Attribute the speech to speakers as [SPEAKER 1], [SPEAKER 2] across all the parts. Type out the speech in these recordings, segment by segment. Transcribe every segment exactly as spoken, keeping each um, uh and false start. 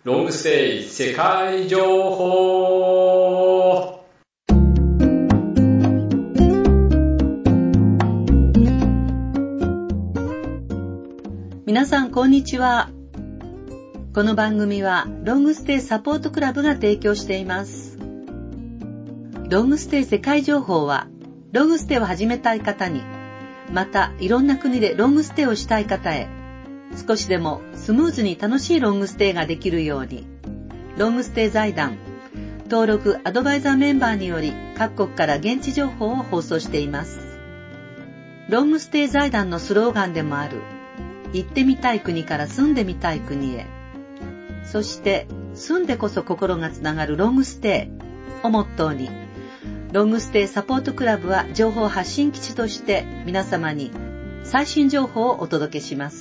[SPEAKER 1] ロングステイ世界情報。
[SPEAKER 2] 皆さんこんにちは。この番組はロングステイサポートクラブが提供しています。ロングステイ世界情報はロングステイを始めたい方に、またいろんな国でロングステイをしたい方へ、少しでもスムーズに楽しいロングステイができるように、ロングステイ財団登録アドバイザーメンバーにより各国から現地情報を放送しています。ロングステイ財団のスローガンでもある行ってみたい国から住んでみたい国へ、そして住んでこそ心がつながるロングステイをモットーに、ロングステイサポートクラブは情報発信基地として皆様に最新情報をお届けします。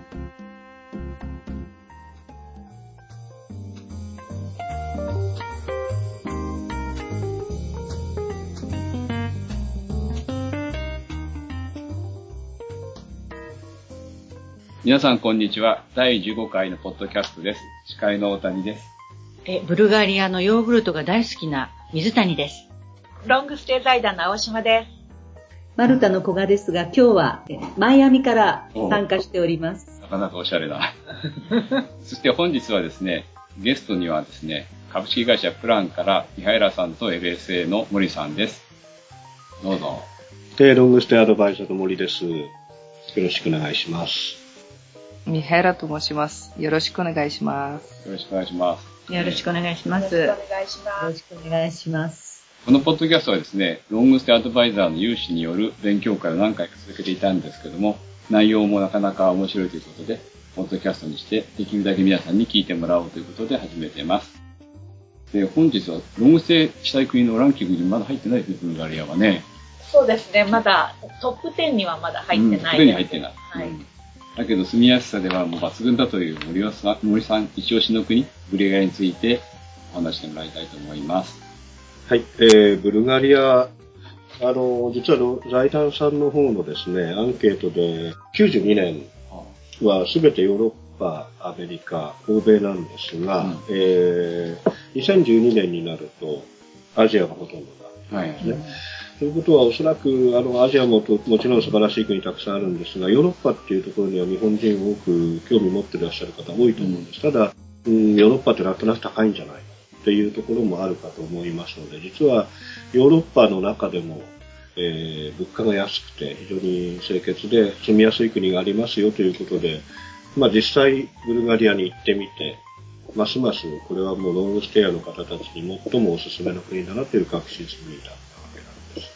[SPEAKER 3] 皆さんこんにちは。だいじゅうごかいのポッドキャストです。司会の大谷です。
[SPEAKER 4] えブルガリアのヨーグルトが大好きな水谷です。
[SPEAKER 5] ロングステイ財団の青島です。
[SPEAKER 2] マルタの古賀ですが、今日はマイアミから参加しております。
[SPEAKER 3] なかなかおしゃれだ。そして本日はですね、ゲストにはですね、株式会社プランからミハイラさんと エルエスエー の森さんです。どうぞ。
[SPEAKER 6] で、ロングステイアドバイザーの森です。よろしくお願いします。
[SPEAKER 7] ミハイラと申します。よろしくお願いします。
[SPEAKER 3] よろしくお願いします。
[SPEAKER 4] よろしくお願いします。
[SPEAKER 5] よろしくお願いします。
[SPEAKER 2] よろしくお願いします。
[SPEAKER 3] このポッドキャストはですね、ロングステイアドバイザーの有志による勉強会を何回か続けていたんですけども、内容もなかなか面白いということで、ポッドキャストにしてできるだけ皆さんに聞いてもらおうということで始めています。で、本日はロングステイしたい国のランキングにまだ入ってないですね、ブルガリアはね。
[SPEAKER 5] そうですね、まだトップじゅうにはまだ入ってないです。
[SPEAKER 3] うん、トップじゅうに入ってない。
[SPEAKER 5] はい。
[SPEAKER 3] うん、だけど住みやすさではもう抜群だという森さん、森さん一押しの国、ブルガリアについてお話してもらいたいと思います。
[SPEAKER 6] はい、えー、ブルガリア、あの、実は財団さんの方のですね、アンケートできゅうじゅうにねんは全てヨーロッパ、アメリカ、欧米なんですが、うん、えー、にせんじゅうにねんになるとアジアがほとんどなんですね。はい、ということはおそらくあのアジアもともちろん素晴らしい国たくさんあるんですが、ヨーロッパっていうところには日本人多く興味持っていらっしゃる方多いと思うんです。ただ、うん、ヨーロッパってなんとなく高いんじゃないっていうところもあるかと思いますので、実はヨーロッパの中でも、えー、物価が安くて非常に清潔で住みやすい国がありますよということで、まあ実際ブルガリアに行ってみて、ますますこれはもうロングステイヤーの方たちに最もおすすめの国だなという確信に至ったわけなんです。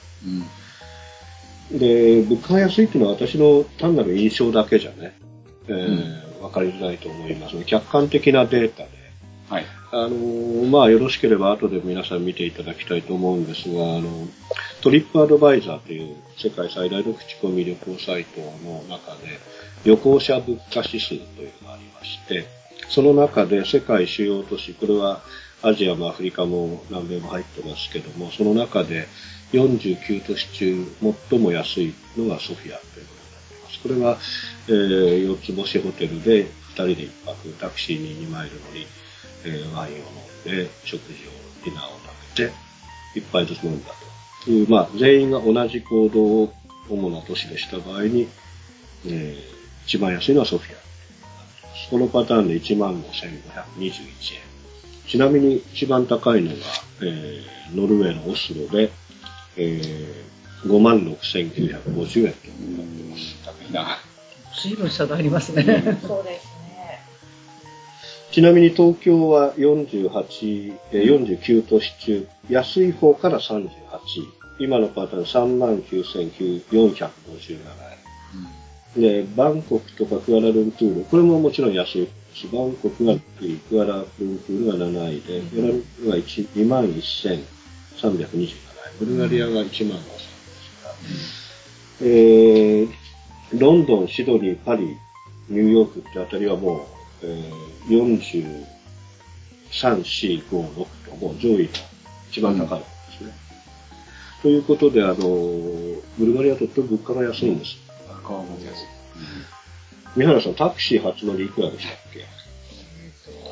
[SPEAKER 6] うん、で、物価が安いというのは私の単なる印象だけじゃね、えーうん、分かりづらいと思います。客観的なデータで、はい、あのー、まあよろしければ後で皆さん見ていただきたいと思うんですが、あのトリップアドバイザーという世界最大の口コミ旅行サイトの中で旅行者物価指数というのがありまして、その中で世界主要都市、これはアジアもアフリカも南米も入ってますけども、その中でよんじゅうきゅう都市中最も安いのがソフィアということになっています。これは、えー、よっつ星ホテルでふたりでいっぱく、タクシーににマイル乗り、えー、ワインを飲んで、食事を、ディナーを食べて、一杯ずつ飲んだという、まあ、全員が同じ行動を主な都市でした場合に、えー、一番安いのはソフィア。このパターンで いちまんごせんごひゃくにじゅういちえん。ちなみに一番高いのが、えー、ノルウェーのオスロで、えー、ごまんろくせんきゅうひゃくごじゅうえんとなっています。
[SPEAKER 3] 高いな。
[SPEAKER 4] 随分差がありますね。
[SPEAKER 5] そうですね。
[SPEAKER 6] ちなみに東京はよんじゅうはち、よんじゅうきゅう都市中、安い方からさんじゅうはちい。今のパターン さんまんきゅうせんよんひゃくごじゅうななえん。うん、で、バンコクとかクアラルンプール、これももちろん安いです。バンコクがくい、クアラルンプールがなないで、クアラルンプールがにまんせんさんびゃくにじゅうななえん。ブルガリアがいちまんごせんえんですから。うん、えー、ロンドン、シドニー、パリ、ニューヨークってあたりはもう、えー、よんじゅうさん、よん、ご、ろくともう上位の一番高いですね。うん、ということで、あの、ブルガリアはとっても物価が安いんです。
[SPEAKER 3] 物価が安い。
[SPEAKER 6] 三原さん、タクシー初乗りいくらでしたっけ？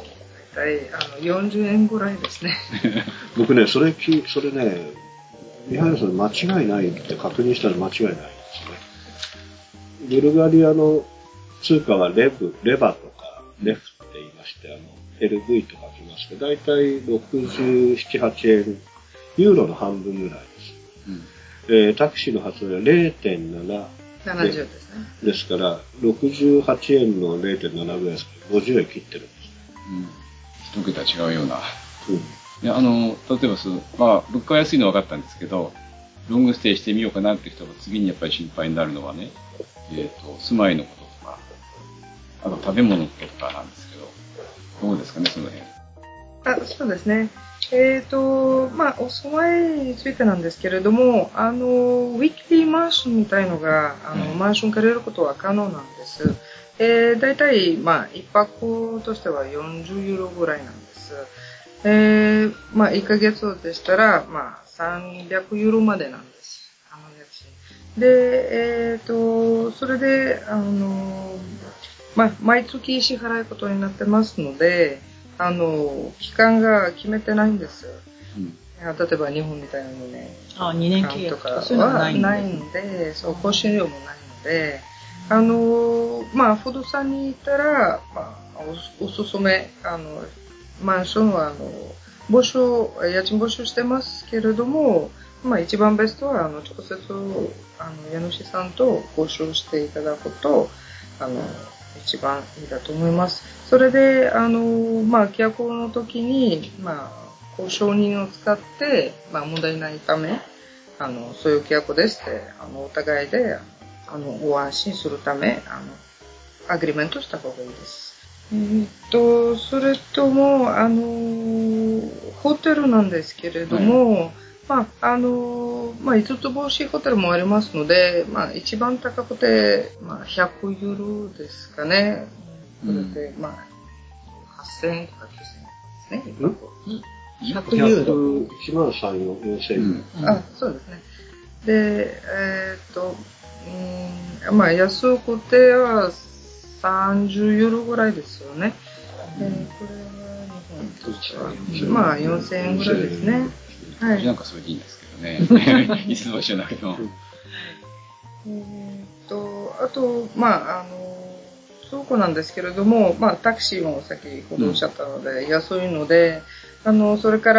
[SPEAKER 7] たいあのよんじゅうえんぐらいですね。
[SPEAKER 6] 僕ね、それき、それね、ミハイルさん間違いないって確認したら間違いないですね。ブルガリアの通貨はレブ、レバとかレフって言いまして、あの、エルブイ と書きますけど、だいたいろくじゅうなな、はちえん、ユーロの半分ぐらいです。うん、えー、タクシーの発売は ゼロてんなな。
[SPEAKER 7] ななじゅうですね。
[SPEAKER 6] ですから、ろくじゅうはちえんの ゼロてんなな ぐらいですから、ごじゅうえん切ってるんですね。
[SPEAKER 3] うん。一桁違うような。うん。いや、あの、例えばそう、まあ、物価は安いのは分かったんですけど、ロングステイしてみようかなって人が次にやっぱり心配になるのはね、えっと、住まいのこととか、あと食べ物のこととかなんですけど、どうですかね、その辺。
[SPEAKER 7] あ、そうですね。えっ、ー、と、まあ、お住まいについてなんですけれども、あの、ウィークリーマンションみたいのが、あの、マンション借りることは可能なんです。えー、だいたい、まあ、一泊としてはよんじゅうユーロぐらいなんです。えー、まあ、いっかげつでしたら、まあ、さんびゃくユーロまでなんです。あの家賃で、えっ、ー、と、それで、あの、まあ、毎月支払うことになってますので、あの、期間が決めてないんです。うん、例えば日本みたいなのね、
[SPEAKER 4] あ、にねん契約
[SPEAKER 7] とかはないので、そう、更新料もないので、あの、まあ、不動産に行ったら、まあ、お、おすすめ、あの、マンションは、あの、募集、家賃募集してますけれども、まあ、一番ベストは、あの、直接、あの、家主さんと交渉していただくと、あの、一番いいだと思います。それで、あの、まあ、契約の時に、まあ、交渉人を使って、まあ、問題ないため、あの、そういう契約ですって、あの、お互いで、あの、ご安心するため、あの、アグリメントした方がいいです。えー、っと、それとも、あの、ホテルなんですけれども、はい、まあ、あの、まあ、五つ星ホテルもありますので、まあ、一番高くて、まあ、ひゃくユーロですかね。それで、まあ、はっせんえんとかきゅうせんえんですね。
[SPEAKER 4] ひゃくユーロ。
[SPEAKER 6] いちまんさん、よんせんえん。うん、
[SPEAKER 7] あ、そうですね。で、えー、っと、うん、まあ、安くてはさんじゅうユーロぐらいですよね。で、これは日本としては、まあ、よんせんえんぐらいですね。
[SPEAKER 3] はい。なんかそれでいいんですけどね。いつも一緒だけど。
[SPEAKER 7] えー、と、あと、まあ、あの、倉庫なんですけれども、まあ、タクシーも先ほどおっしゃったので、うん、安いので、あの、それから、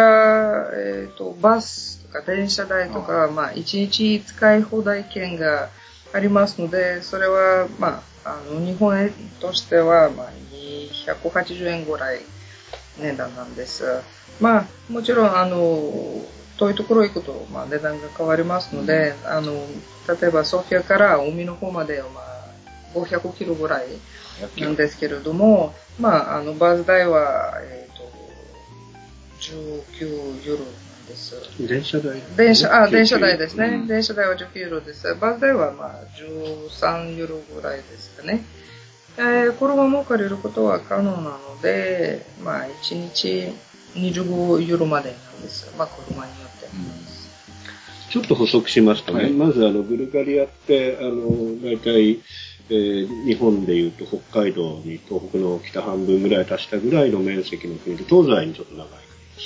[SPEAKER 7] えっ、ー、と、バスとか電車代とか、まあ、一日使い放題券がありますので、それは、まあ、あの、日本円としては、まあ、にひゃくはちじゅうえんぐらい値段なんです。まあ、もちろん、あの、遠いところ行くと、まあ、値段が変わりますので、うん、あの、例えばソフィアから海の方までは、まあ、ごひゃくキロぐらいなんですけれども、まあ、あの、バス代は、えっ、ー、と、じゅうきゅうユーロなんです。
[SPEAKER 6] 電車代
[SPEAKER 7] 電車、あ、電車代ですね。うん、電車代はじゅうきゅうユーロです。バス代は、まあ、じゅうさんユーロぐらいですかね。えー、車も借りることは可能なので、まあ、いちにちにじゅうごユーロまでなんです。まあ、車によって。うん
[SPEAKER 6] ちょっと補足しますとね、はい、まずあのブルガリアってあの大体、えー、日本でいうと北海道に東北の北半分ぐらい達したぐらいの面積の国で東西にちょっと長い国です。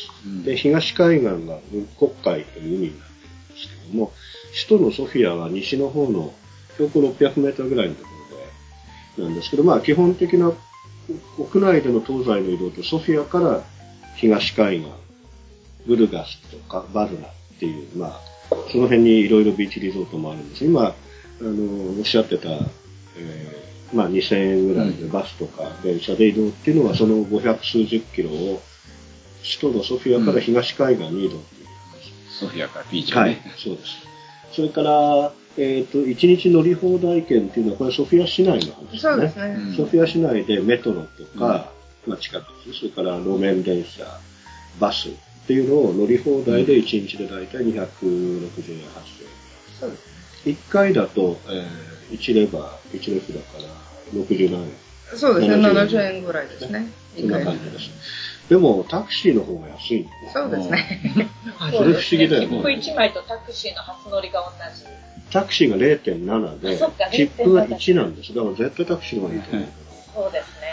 [SPEAKER 6] うん、で東海岸が黒海という海になっているんですけども、首都のソフィアは西の方の標高ろっぴゃくメートルぐらいのところでなんですけど、まあ基本的な国内での東西の移動とソフィアから東海岸、ブルガスとかバルナっていうまあその辺にいろいろビーチリゾートもあるんです。今、あの、おっしゃってた、えー、まあにせんえんぐらいでバスとか電車で移動っていうのは、そのごひゃくすうじゅっキロを首都のソフィアから東海岸に移動っていう、
[SPEAKER 3] うん。ソフィアからビーチ
[SPEAKER 6] ね。はい、そうです。それから、えっ、ー、と、いちにち乗り放題券っていうのは、これソフィア市内の話ですね。
[SPEAKER 7] そうですね。
[SPEAKER 6] ソフィア市内でメトロとか、うん、まあ地下鉄、それから路面電車、バス、っていうのを乗り放題でいちにちでだいたいにひゃくろくじゅうえん、はちじゅうえん。そうですね。いっかいだと、えー、いちレバー、いちレフだからろくじゅうななえん。
[SPEAKER 7] そうですね、ななじゅうえんぐらいですね。
[SPEAKER 6] そんな感じです。でも、タクシーの方が安いんです。
[SPEAKER 7] そうですね。
[SPEAKER 6] それ不思議だよね。
[SPEAKER 5] 切符いちまいとタクシーの初乗りが同じ。
[SPEAKER 6] タクシーが ゼロてんなな で、切符がいちなんです。だから絶対タクシーの方がいいと思う。
[SPEAKER 5] そうですね。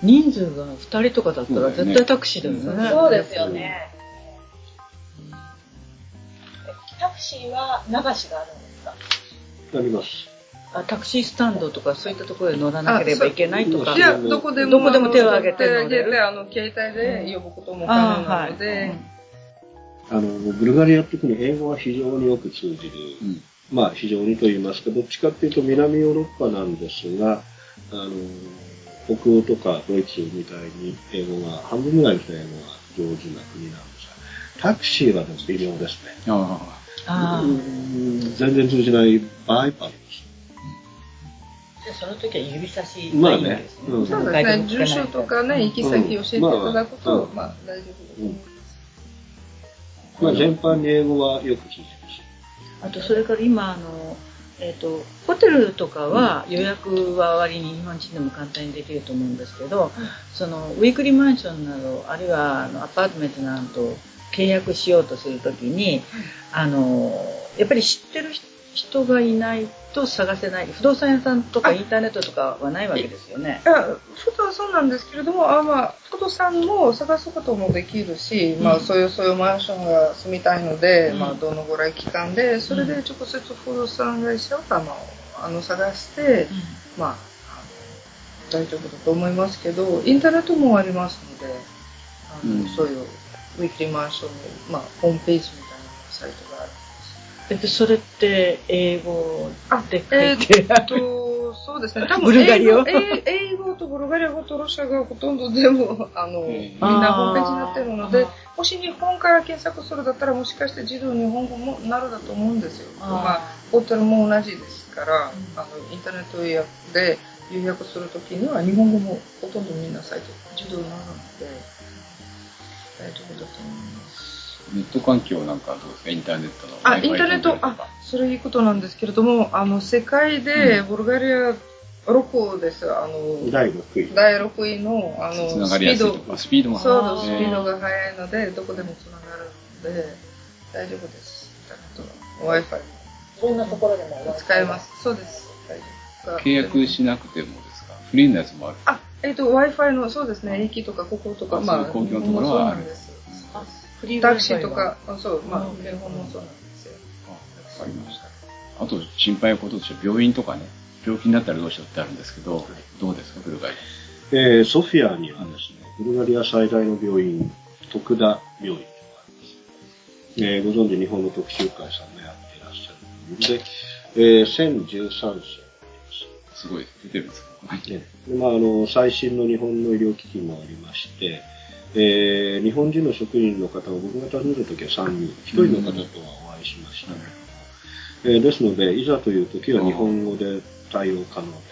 [SPEAKER 4] 人数がふたりとかだったら絶対タクシーだよね。
[SPEAKER 5] そうですよね。タクシーは流しがあるんですか？
[SPEAKER 6] あります。
[SPEAKER 4] あ、タクシースタンドとかそういったところで乗らなければいけないとか。
[SPEAKER 7] いや、どこでも、
[SPEAKER 4] どこでも手を挙げて
[SPEAKER 7] 手を挙げて、あの、携帯で呼ぶことも可能なので、
[SPEAKER 6] あの、ブルガリア特に英語は非常によく通じる。うん、まあ、非常にと言いますか、どっちかっていうと南ヨーロッパなんですが、あの、北欧とかドイツみたいに英語が、半分ぐらいの人は英語が上手な国なんですが、タクシーはでも微妙ですね。ああ、全然通じない場合もあります。
[SPEAKER 4] その時は指差し
[SPEAKER 6] がいいんですね。
[SPEAKER 7] まあね、うん、そうですね。住所とかね、行き先教えていただくと、うん、まあ大丈夫だと思います。
[SPEAKER 6] まあ全般に英語はよく聞いてます。
[SPEAKER 4] あとそれから今あのえっとホテルとかは予約は割に日本人でも簡単にできると思うんですけど、うん、そのウィークリーマンションなどあるいはあのアパートメントなど契約しようとするときに、あのやっぱり知ってる人がいないと探せない。不動産屋さんとかインターネットとかはないわけですよね。
[SPEAKER 7] いや、普通はそうなんですけれども、あまあ、不動産も探すこともできるし、うん、まあ、そういう、そういうマンションが住みたいので、うん、まあ、どのぐらい期間で、それで直接不動産会社を、まあ、あの、探して、うん、まあ、あの、大丈夫だと思いますけど、インターネットもありますので、あの、うん、そういう、ウィークリーマンションの、まあ、ホームページみたいなサイトがある。
[SPEAKER 4] えっと、それって英語で書いてある？えー、っと、そうですね。多分
[SPEAKER 7] ブルガリア英語とブルガリア語とロシア語がほとんど全部、あの、みんなホームページになってるので、もし日本から検索するだったら、もしかして自動日本語もなるだと思うんですよ。あまあ、ホテルも同じですから、うん、あの、インターネット予約で予約するときには、日本語もほとんどみんなサイト自動になるので、大丈夫だと思います。
[SPEAKER 3] ネット環境なんかどうですか？インターネットの。
[SPEAKER 7] あ、インターネット、あ、それいいことなんですけれども、あの、世界で、ブルガリアろくです。あの、
[SPEAKER 6] だいろくい。
[SPEAKER 7] だいろくいの、あの、
[SPEAKER 3] スピード。スピードも
[SPEAKER 7] そう、スピードが速いので、どこでもつながるので、大丈夫です。インターネットは。Wi-Fi も。
[SPEAKER 5] いろんなところでも
[SPEAKER 7] 使えます。そうです。大丈
[SPEAKER 3] 夫。契約しなくてもですか？フリーのやつもある？
[SPEAKER 7] あ、えっと、Wi-Fi の、そうですね、駅とかこことか、まあ、
[SPEAKER 3] 公共のところはある。
[SPEAKER 7] タクシーとか、そう、まあ、日本もそうなんですよ。
[SPEAKER 3] あ、わかりました。あと、心配なこととして、病院とかね、病気になったらどうしようってあるんですけど、どうですか、ブルガリ
[SPEAKER 6] ア。えー、ソフィアにはですね、ブルガリア最大の病院、徳田病院というのがあります。えー、ご存知、日本の特集会さんがやっていらっしゃる病院で、えー、せんじゅうさんしょうあります。
[SPEAKER 3] すごい、出てるんですか？はい。
[SPEAKER 6] で、まあ、あの、最新の日本の医療機器もありまして、えー、日本人の職員の方を僕が訪ねたときはさんにん、ひとりの方とはお会いしました、ねうんえー。ですので、いざというときは日本語で対応可能です。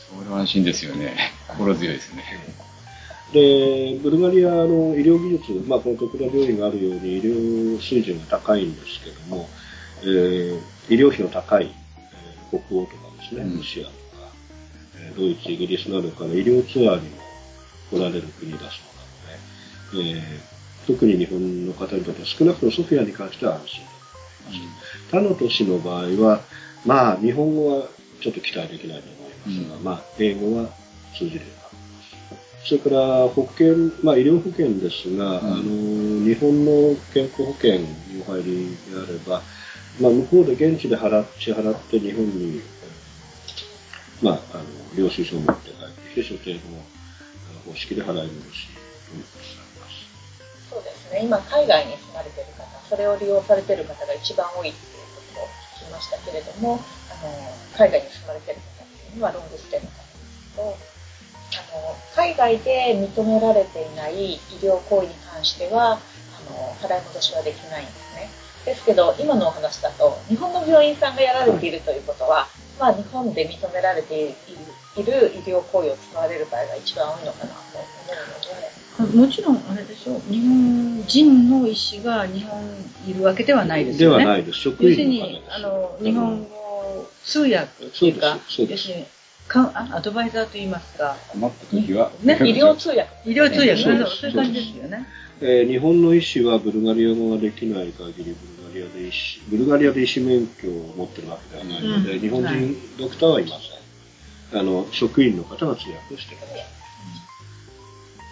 [SPEAKER 3] それは安心ですよね。心強いですね。
[SPEAKER 6] で、ブルガリアの医療技術、まあ、この徳田病院があるように医療水準が高いんですけども、えー、医療費の高い、えー、北欧とかですね、ロシアとか、えー、ドイツ、イギリスなどから医療ツアーにも来られる国だそうえー、特に日本の方にとっては少なくともソフィアに関しては安心だと思います。他の都市の場合は、まあ、日本語はちょっと期待できないと思いますが、うん、まあ、英語は通じるか。それから保険、まあ、医療保険ですが、うん、あの日本の健康保険にお入りであれば、まあ、向こうで現地で払支払って日本に、まあ、あの領収書を持って帰ってきて所定の方式で払えるし。
[SPEAKER 5] そうですね。今海外に住まれている方、それを利用されている方が一番多いということを聞きましたけれども、あの海外に住まれている方っていうのはロングステイの方ですと、あの海外で認められていない医療行為に関してはあの払い戻しはできないんですね。ですけど今のお話だと日本の病院さんがやられているということは、まあ、日本で認められている、いる医療行為を使われる場合が一番多いのかなと思うので。
[SPEAKER 4] もちろんあれでしょう、日本人の医師が日本にいるわけではないですよね。
[SPEAKER 6] ではないです。職員の方です。
[SPEAKER 4] 要するにあの日本語通訳っていうか、要するにかアドバイザーと言いますか。
[SPEAKER 3] 困った時は、
[SPEAKER 5] ね、医療通訳。
[SPEAKER 4] 医療通訳、そういう感じですよね。
[SPEAKER 6] えー、日本の医師はブルガリア語ができない限りブルガリアで医師、ブルガリアで医師免許を持ってるわけではないので、うん、日本人ドクターはいません。あの職員の方が通訳をしてくれる。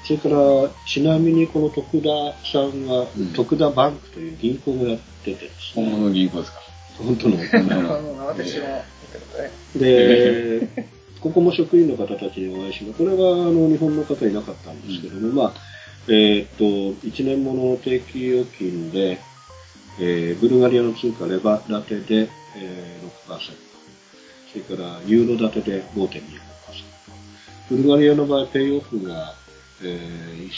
[SPEAKER 6] それから、ちなみにこの徳田さんは、うん、徳田バンクという銀行もやっててですね。
[SPEAKER 3] 本物の銀行ですか？
[SPEAKER 6] 本当の。
[SPEAKER 7] 私も
[SPEAKER 6] で、ここも職員の方たちにお会いします。これはあの日本の方いなかったんですけども、うん、まあ、えー、っと、いちねんものの定期預金で、えー、ブルガリアの通貨レバ建てで、えー、ろくパーセント。それからユーロ建てで ごてんにごパーセント。ブルガリアの場合、ペイオフが、えー、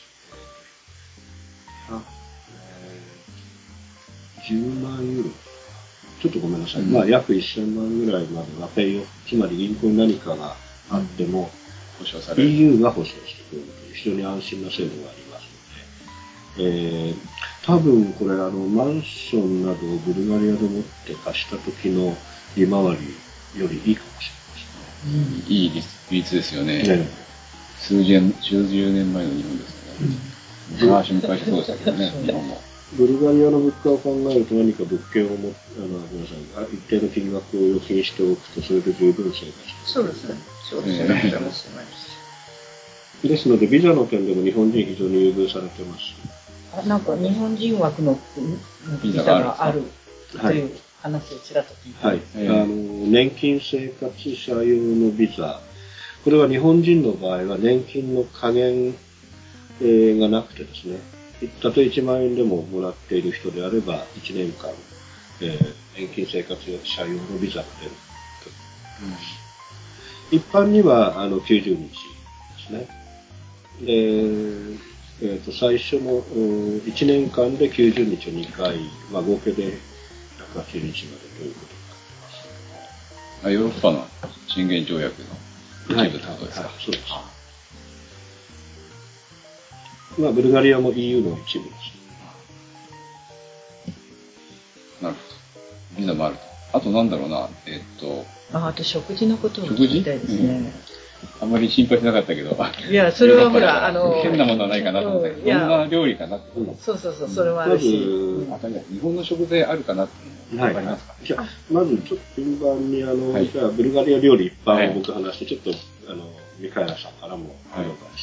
[SPEAKER 6] じゅうまんユーロ。ちょっとごめんなさい。うん、まあ、約せんまんぐらいまではペイオフ、つまり銀行に何かがあっても、
[SPEAKER 3] 保証される。
[SPEAKER 6] イーユー が保証してくれるという非常に安心な制度がありますので、えー、多分これ、あの、マンションなどをブルガリアで持って貸した時の利回りよりいいかもしれませんね。
[SPEAKER 3] うん、いい利率ですよね。ね、数十年、数十年前の日本ですよね。昔、昔そうでしたけどね、日本も。
[SPEAKER 6] ブルガリアの物価を考えると何か物件をも、あの、ごめんなさい、一定の金額を預金しておくと、それで十分生活できる。
[SPEAKER 7] そうですね。そうですね。え
[SPEAKER 6] ー、ですので、ビザの点でも日本人非常に優遇されてます。
[SPEAKER 4] あ、なんか日本人枠のビザがあるという話をちらっと聞いて、
[SPEAKER 6] はい。はい。あの、年金生活者用のビザ。これは日本人の場合は年金の加減、えー、がなくてですね。たとえいちまん円でももらっている人であれば、いちねんかん、えー、年金生活者用のビザが出る。うん、一般には、あの、きゅうじゅうにちですね。で、えっと、最初の、いちねんかんできゅうじゅうにちをにかい、まあ、合計でひゃくはちじゅうにちまでということになっています。
[SPEAKER 3] あ、ヨーロッパの宣言条約の一部ってことですか？はいはい、
[SPEAKER 6] そうです。まあ、ブルガリアも イーユー の一部です。
[SPEAKER 3] なるほど。ビザもあると。あとなんだろうな、えー、っと。
[SPEAKER 4] あ、あと食事のことを聞きたいですね。
[SPEAKER 3] うん、あんまり心配しなかったけど。
[SPEAKER 4] いや、それはほら、あの、
[SPEAKER 3] 変なものはないかなと思ったけど、どんな料理かなって。
[SPEAKER 4] そうそうそう、それはあるし。
[SPEAKER 3] まず、日本の食材あるかなってわかりますか？
[SPEAKER 6] じゃあ、まずちょっと順番に、あの、はい、じゃあ、ブルガリア料理一般を僕話して、ちょっと、あの、ミカエラさんからもアドバイスをいただきたいと思います。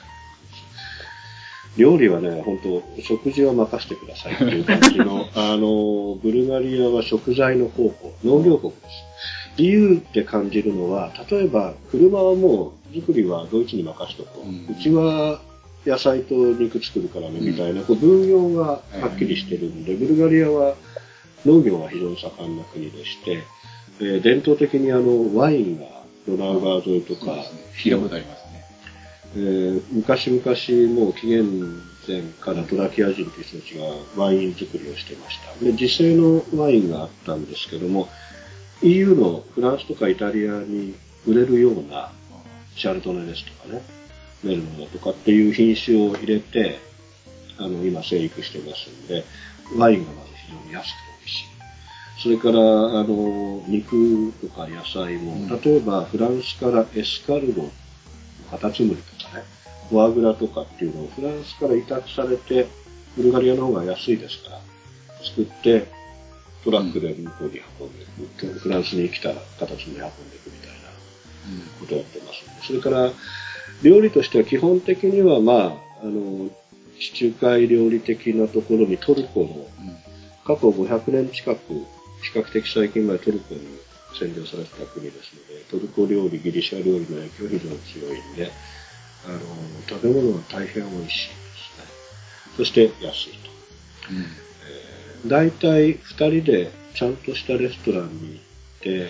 [SPEAKER 6] 料理はね、本当食事は任せてくださいっていう感じの、あの、ブルガリアは食材の宝庫、農業国です。イーユーって感じるのは、例えば、車はもう、作りはドイツに任せとこう。うん、うちは野菜と肉作るからね、みたいな、こう分業がはっきりしてるんで、ブルガリアは農業が非常に盛んな国でして、えー、伝統的にあの、ワインがドナウ川沿いとか、
[SPEAKER 3] 聞いたことありますね。
[SPEAKER 6] えー、昔々もう紀元前からトラキア人という人たちがワイン作りをしてました。で、自生のワインがあったんですけども、イーユー のフランスとかイタリアに売れるようなシャルドネですとかね、メルノだとかっていう品種を入れて、あの、今生育してますんで、ワインがまず非常に安くて美味しい。それから、あの、肉とか野菜も、例えばフランスからエスカルゴ、カタツムリとかね、フォアグラとかっていうのをフランスから委託されて、ブルガリアの方が安いですから、作って、トラックで向こうに運んでいく、うん、フランスに来たらカタツムリ運んでいくみたいなことをやってますんで、それから、料理としては基本的には、まあ、あの、地中海料理的なところにトルコの、過去ごひゃくねん近く、比較的最近までトルコに占領されてた国ですので、トルコ料理、ギリシャ料理の影響が非常に強いんで、あの、食べ物は大変美味しいですね。そして安いと。うんえー、大体ふたりでちゃんとしたレストランに行って、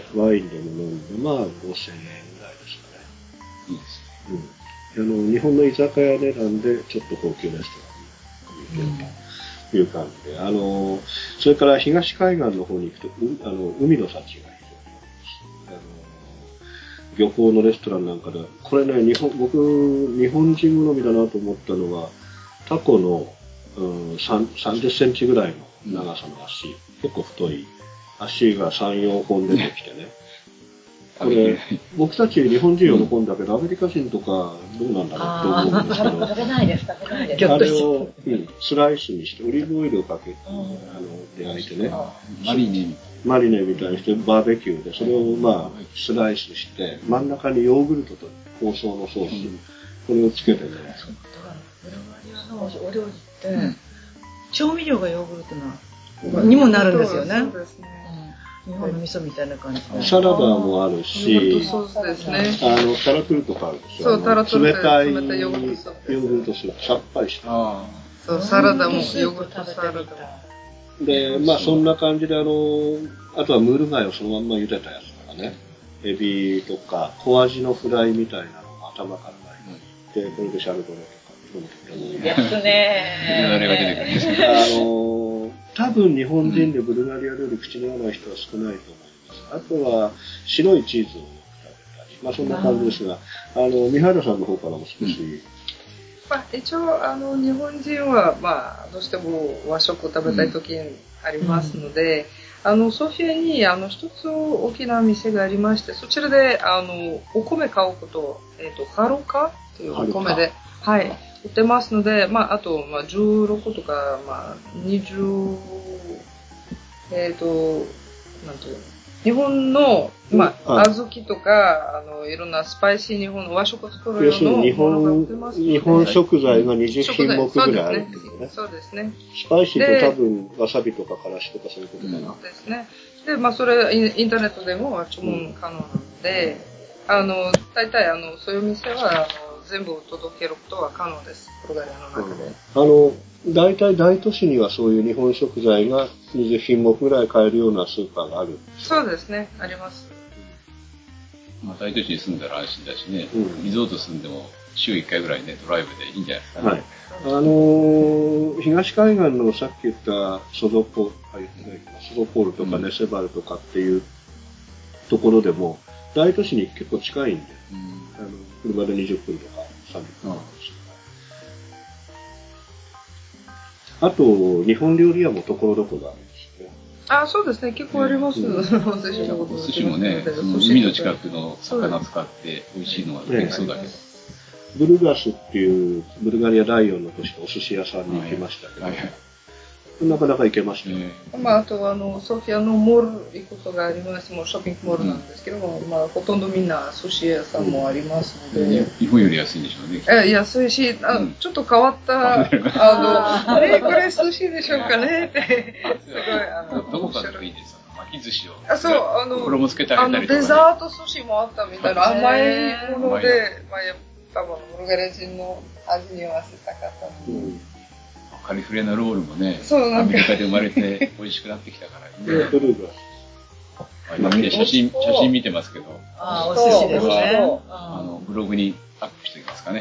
[SPEAKER 6] ワインでも飲んで、まあごせんえんぐらいですかね。
[SPEAKER 3] いいですね。
[SPEAKER 6] うん。あの、日本の居酒屋値段でちょっと高級レストランに行けると。うんいう感じで、あの、それから東海岸の方に行くと、うあの海の幸が非常にあります。あの、漁港のレストランなんかで、これね、日本、僕、日本人好みだなと思ったのは、タコの、うん、さんじゅっセンチぐらいの長さの足、結構太い足がさん、よんほん出てきてね。これ、僕たち日本人喜んだけど、アメリカ人とかどうなんだろうと思うんですけど。
[SPEAKER 5] 食べないです、食べないです。
[SPEAKER 6] あれを、うん、スライスにして、オリーブオイルをかけて、あの、で焼いてね。
[SPEAKER 3] マリネみたいな。
[SPEAKER 6] マリネみたいにして、バーベキューで、それをまあ、スライスして、真ん中にヨーグルトと香草のソース、 これをつけてね。
[SPEAKER 4] そうだからブルガリアのお料理って、うん、調味料がヨーグルトなにもなるんですよね。そうですね。日本の味噌みたいな感じで。
[SPEAKER 6] サラダもあるし、
[SPEAKER 7] そうですね。
[SPEAKER 6] あの、タラトゥルとかあるでしょ。そう、タラトゥル。冷たいヨーグルトスープ、さっぱりした。
[SPEAKER 7] そう、サラダもヨーグルトサラダ。
[SPEAKER 6] で、まあそんな感じで、あの、あとはムール貝をそのまんま茹でたやつとかね、エビとか、小味のフライみたいなのが頭から入って、これでシャルドネとか、
[SPEAKER 5] いいですね。
[SPEAKER 3] あれが出てくるんですけど。
[SPEAKER 6] あの、多分日本人でブルガリア料理口に合わない人は少ないと思います。あとは白いチーズをよく食べたり、まあそんな感じですが、あの、三原さんの方からも少し、うん
[SPEAKER 7] まあ、一応あの日本人は、まあ、どうしても和食を食べたい時にありますので、うん、あのソフィアにあの一つ大きな店がありまして、そちらであのお米買うこと、えっとハロカというお米で、はい、売ってますので、まあ、あと、まあ、じゅうろくとか、まあ、にじゅう、えっと、なんていうの、日本の、まあ、小豆とか、あの、いろんなスパイシー日本の和食を作るような
[SPEAKER 6] 日本、日本食材がにじゅうひんもくぐらいあるんですね。
[SPEAKER 7] そうですね。
[SPEAKER 6] スパイシーって多分、わさびとかからしとかそういうことかな。
[SPEAKER 7] そうですね。で、まあ、それ、インターネットでも注文可能なので、うん、あの、大体、あの、そういう店は、あの、全部届けることは可能です。ブルガリアの中で。
[SPEAKER 6] うん、あの、大体大都市にはそういう日本食材がにじゅうひんもくぐらい買えるようなスーパーがある。
[SPEAKER 7] そうですね。あります。
[SPEAKER 3] まあ、大都市に住んだら安心だしね、うん、リゾート住んでも週いっかいぐらいね、ドライブでいいんじゃないですかね。はい。
[SPEAKER 6] あのー、東海岸のさっき言ったソドポ、あ、言ってないかな、ソドポールとかネセバルとかっていうところでも、大都市に結構近いんで、うん、あの車でにじゅっぷんとかさんじゅっぷんとかです。あと、日本料理屋もところどころあるんですね。
[SPEAKER 7] あ、そうですね。結構あります。
[SPEAKER 3] お寿司もね、海の近くの魚使って美味しいのができそうだけど。
[SPEAKER 6] ブルガスっていうブルガリア第四の都市のお寿司屋さんに行きましたけど、はいはいはい、なかなか行けましたね。
[SPEAKER 7] まあ、あとあのソフィアのモール行くことがあります。もうショッピングモールなんですけども、うん、まあほとんどみんな寿司屋さんもありますので、
[SPEAKER 3] うん、日本より安いんでしょうね。
[SPEAKER 7] え安いし、あ、うん、ちょっと変わったあのねこれ寿司でしょうかねってすごいあの
[SPEAKER 3] どこかでいいですよ。巻き寿司を
[SPEAKER 7] あそうあの
[SPEAKER 3] 衣つけてあげたりとか、ね、
[SPEAKER 7] あのデザート寿司もあったみたいな甘いもので、まあ多分ブルガリア人の味に合わせたかったので。うん
[SPEAKER 3] カリフレナロールもね、アメリカで生まれて美味しくなってきたから、ね。今見て写真、写真見てますけど。
[SPEAKER 4] ああ、お寿司ですね。
[SPEAKER 3] あの、ブログにアップしておきますかね。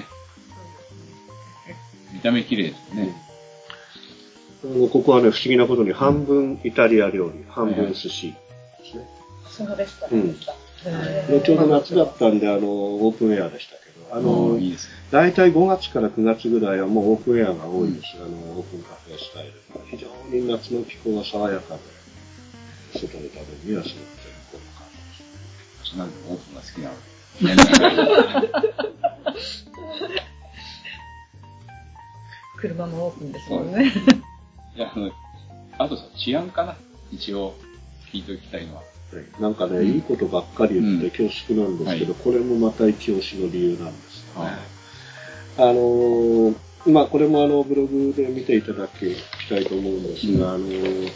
[SPEAKER 3] 見た目綺麗ですね。
[SPEAKER 6] ここはね、不思議なことに半分イタリア料理、半分寿司ですね。
[SPEAKER 5] そのレストランですか。
[SPEAKER 6] うん、ちょうど夏だったんで、あの、オープンエアでしたけど、あの、いいですね、大体ごがつからくがつぐらいはもうオープンエアが多いです。うん、あの、オープンカフェスタイル。非常に夏の気候が爽やかで、外で食べるにはすごく絶好の感じです。
[SPEAKER 3] 私なんかオープンが好きなので。
[SPEAKER 4] 車もオープンですもんね。
[SPEAKER 3] いや、あの、あとさ、治安かな一応、聞いておきたいのは。
[SPEAKER 6] なんかね、うん、いいことばっかり言って恐縮なんですけど、うんはい、これもまた一押しの理由なんですよね。あのー、まあこれもあのブログで見ていただきたいと思うんですが、うん、あのー、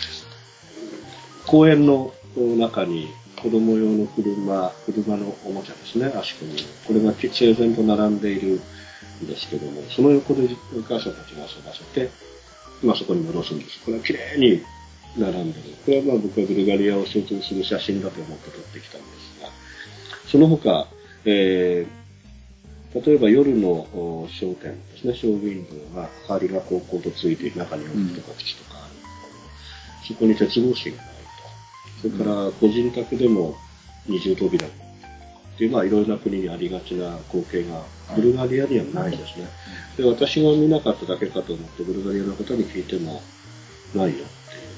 [SPEAKER 6] 公園の中に子供用の車、車のおもちゃですね、足組み。これが整然と並んでいるんですけども、その横でお母さんたちが遊ばせて、まあそこに戻すんです。これは綺麗に並んでる。これはまあ僕はブルガリアを象徴する写真だと思って撮ってきたんですが、その他、えー、例えば夜の商店ですね、ショーウィンドウが、明かりがこうこうとついて、中におとか口とかある、うん。そこに鉄格子がないと。それから個人宅でも二重扉っていう、まあいろいろな国にありがちな光景が、ブルガリアにはないですね。で、私が見なかっただけかと思って、ブルガリアの方に聞いても、ないよ。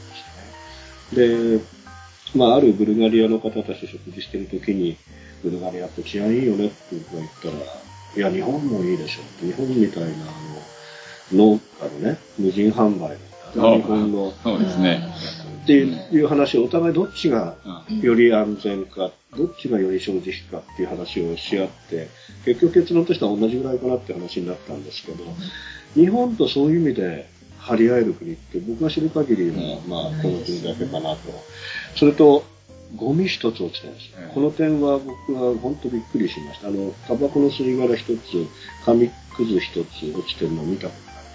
[SPEAKER 6] で、まあ、あるブルガリアの方たちと食事してるときに、ブルガリアって治安いいよねって僕が言ったら、いや、日本もいいでしょって、日本みたいな、あの、農家のね、無人販売の、日本の、
[SPEAKER 3] そうですね。
[SPEAKER 6] っていう話をお互いどっちがより安全か、どっちがより正直かっていう話をし合って、結局結論としては同じぐらいかなって話になったんですけど、日本とそういう意味で張り合える国って僕が知る限りは、まあこの国だけかなと。それと、ゴミ一つ落ちてるんです。この点は僕は本当びっくりしました。あの、タバコの吸い殻一つ、紙くず一つ落ちてるのを見たことないです。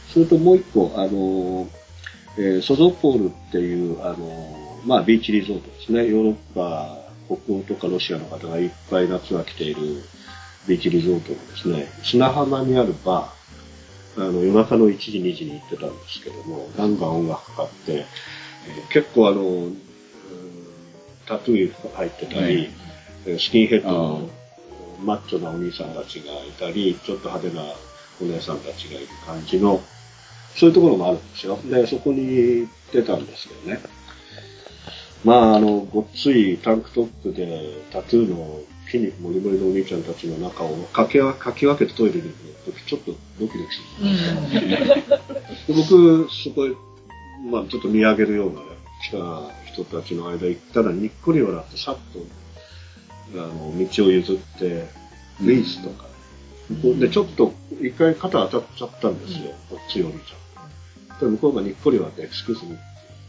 [SPEAKER 6] それともう一個、あの、えー、ソゾポールっていう、あの、まあ、ビーチリゾートですね。ヨーロッパ、北欧とかロシアの方がいっぱい夏は来ているビーチリゾートのですね、砂浜にあるバー、あの、夜中のいちじ、にじに行ってたんですけども、ガンガン音楽かかって、えー、結構あの、タトゥー入ってたり、はい、スキンヘッドのマッチョなお兄さんたちがいたり、ちょっと派手なお姉さんたちがいる感じの、そういうところもあるんですよ。で、そこに行ってたんですけどね。まあ、あの、ごっついタンクトップでタトゥーの筋肉もりもりのお兄ちゃんたちの中をかけかき分けてトイレに行くときちょっとドキドキする。で僕、そこへ、まあ、ちょっと見上げるような来た人たちの間行ったらにっこり笑ってさっと、あの、道を譲って、ウィーズとか、うん、で、ちょっと一回肩当たっちゃったんですよ。こっちよりちゃん。で向こうがにっこり笑ってエクスキューズミ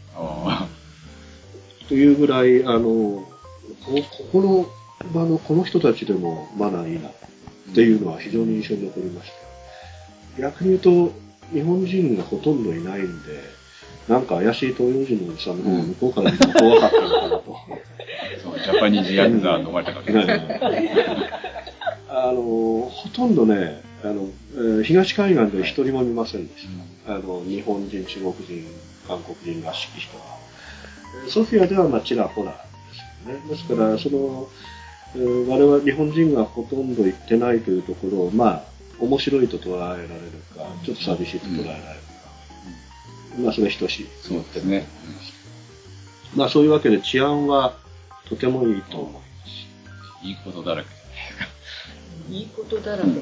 [SPEAKER 6] というぐらい、あの、ここの場のこの人たちでもマナーいいなっていうのは非常に印象に残りました。逆に言うと、日本人がほとんどいないんで、なんか怪しい東洋人のおじさんの方が向こうから見ると怖かったのかなと。
[SPEAKER 3] そう、ジャパニーズヤクザ飲まれたわけですね。
[SPEAKER 6] あの、ほとんどね、あの、えー、東海岸で一人も見ませんでした。あの、日本人、中国人、韓国人らしき人は。ソフィアではまあちらほらですよね。ですから、その、えー、我々日本人がほとんど行ってないというところを、まあ、面白いと捉えられるか、ちょっと寂しいと捉えられるか。うん、まあ、それ等しい。
[SPEAKER 3] そうですね。
[SPEAKER 6] まあ、そういうわけで治安はとてもいいと思います。
[SPEAKER 3] いいことだらけじゃないですか。
[SPEAKER 4] いいことだらけ。うん、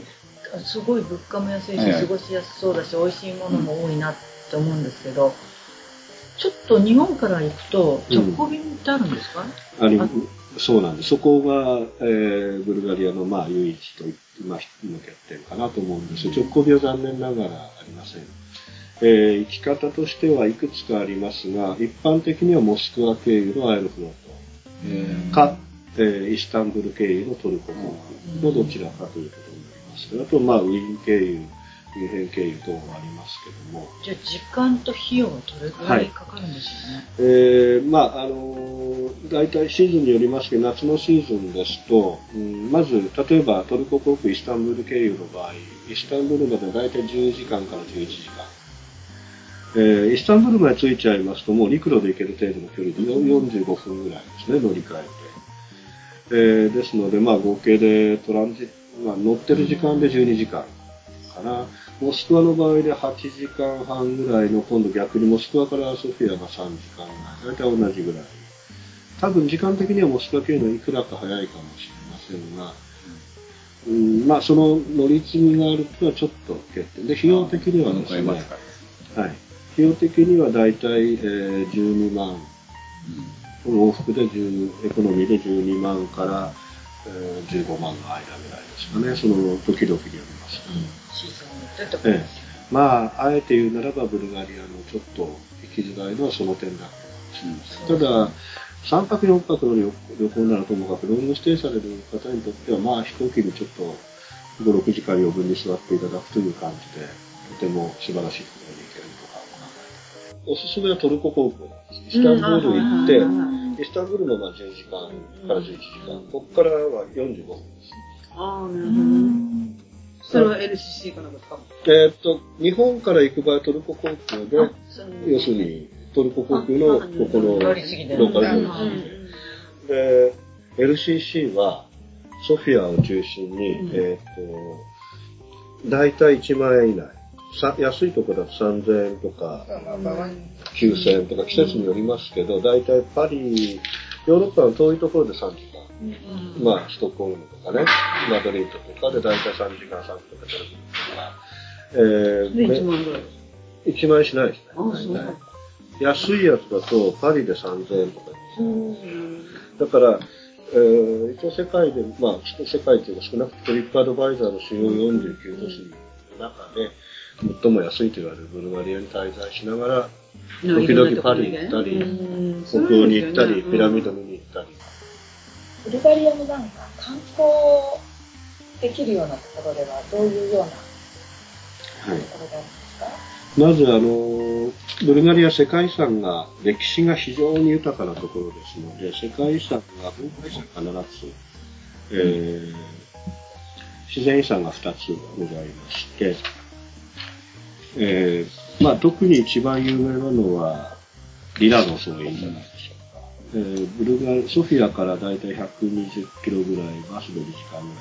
[SPEAKER 4] すごい物価も安いし、過ごしやすそうだし、美味しいものも多いなって思うんですけど、ちょっと日本から行くと直行便ってあるんですか？
[SPEAKER 6] うん、ありそうなんです。そこが、えー、ブルガリアのまあ唯一と言って、まあ、の欠点かなと思うんです。直行便は残念ながらありません。えー、行き方としてはいくつかありますが、一般的にはモスクワ経由のアエロフロートか、えー、イスタンブル経由のトルコ航空のどちらかということになりますけど、あと、まあ、ウィーン経由、ミュンヘン経由等もありますけども。
[SPEAKER 4] じゃあ、時間と費用はどれくらいかかるんですよね。はい、
[SPEAKER 6] えー、まあ、あのー、大体シーズンによりますけど、夏のシーズンですと、うん、まず、例えばトルコ航空イスタンブール経由の場合、イスタンブールまで大体じゅうじかんからじゅういちじかん。えー、イスタンブールまで着いちゃいますと、もう陸路で行ける程度の距離でよんじゅうごふんぐらいですね、乗り換えて。えー、ですので、まあ、合計でトランジット、まあ、乗ってる時間でじゅうにじかんかな。モスクワの場合ではちじかんはんぐらいの、今度逆にモスクワからソフィアがさんじかんぐらい。大体同じぐらい。多分時間的にはモスクワ経由のいくらか早いかもしれませんが、うん、まあ、その乗り継ぎがあるとはちょっと欠点で、費用的にはですね、はい。費用的には大体、えー、じゅうにまん、うん、往復でじゅう、エコノミーでじゅうにまんから、えー、じゅうごまんの間ぐらいですかね。その時々によります。うん、
[SPEAKER 4] シーズンによってってことです。
[SPEAKER 6] まあ、あえて言うならば、ブルガリアのちょっと行きづらいのはその点だと思います。ただ、さんぱくよんぱくの 旅, 旅行ならともかく、ロングステイされる方にとっては、まあ、飛行機にちょっとご、ろくじかん余分に座っていただくという感じで、とても素晴らしいところに行けるとか考えて。おすすめはトルコ航空なんです。イスタンブール行って、うん、イスタンブールのまあじゅうじかんからじゅういちじかん、ここからはよんじゅうごふんです。
[SPEAKER 7] ああ、なるほど。それは エルシーシー かなんですか？
[SPEAKER 6] えー、っと、日本から行く場合、トルコ航空で、要するに、トルコ航空のここのローカル乗り継ぎで、エルシーシー はソフィアを中心に、うん、えー、っと、だいたいいちまんえん以内。さ安いところだとさんぜんえんとか、きゅうせんえんとか季節によりますけど、だいたいパリ、ヨーロッパの遠いところでさんじかん。うん、まあ、ストックホルムとかね、マドリードとかでだいたいさんじかん、さんじかんとか、えー、
[SPEAKER 7] いちまんぐらい
[SPEAKER 6] いちまん円しないですね。 安いやつだとパリでさんぜんえんとかです。だから、えー、一応世界で、まあ、世界というか少なくともトリップアドバイザーの主要よんじゅうきゅう都市の中で、最も安いと言われるブルガリアに滞在しながら、時々パリに行ったり、北欧に行ったり、ピラミッド見に行ったり。
[SPEAKER 5] ブルガリアのなんか観光できるようなところではどういうようなところがあるんですか？はい、
[SPEAKER 6] まずあの、ブルガリア世界遺産が、歴史が非常に豊かなところですので、世界遺産が、文化遺産がななつ、えー、自然遺産がふたつございまして、えー、まあ特に一番有名なのは、リラの草原じゃないでしょうか。えー、ブルガリ、ソフィアからだいたいひゃくにじゅっキロぐらい、バスでにじかんぐらい。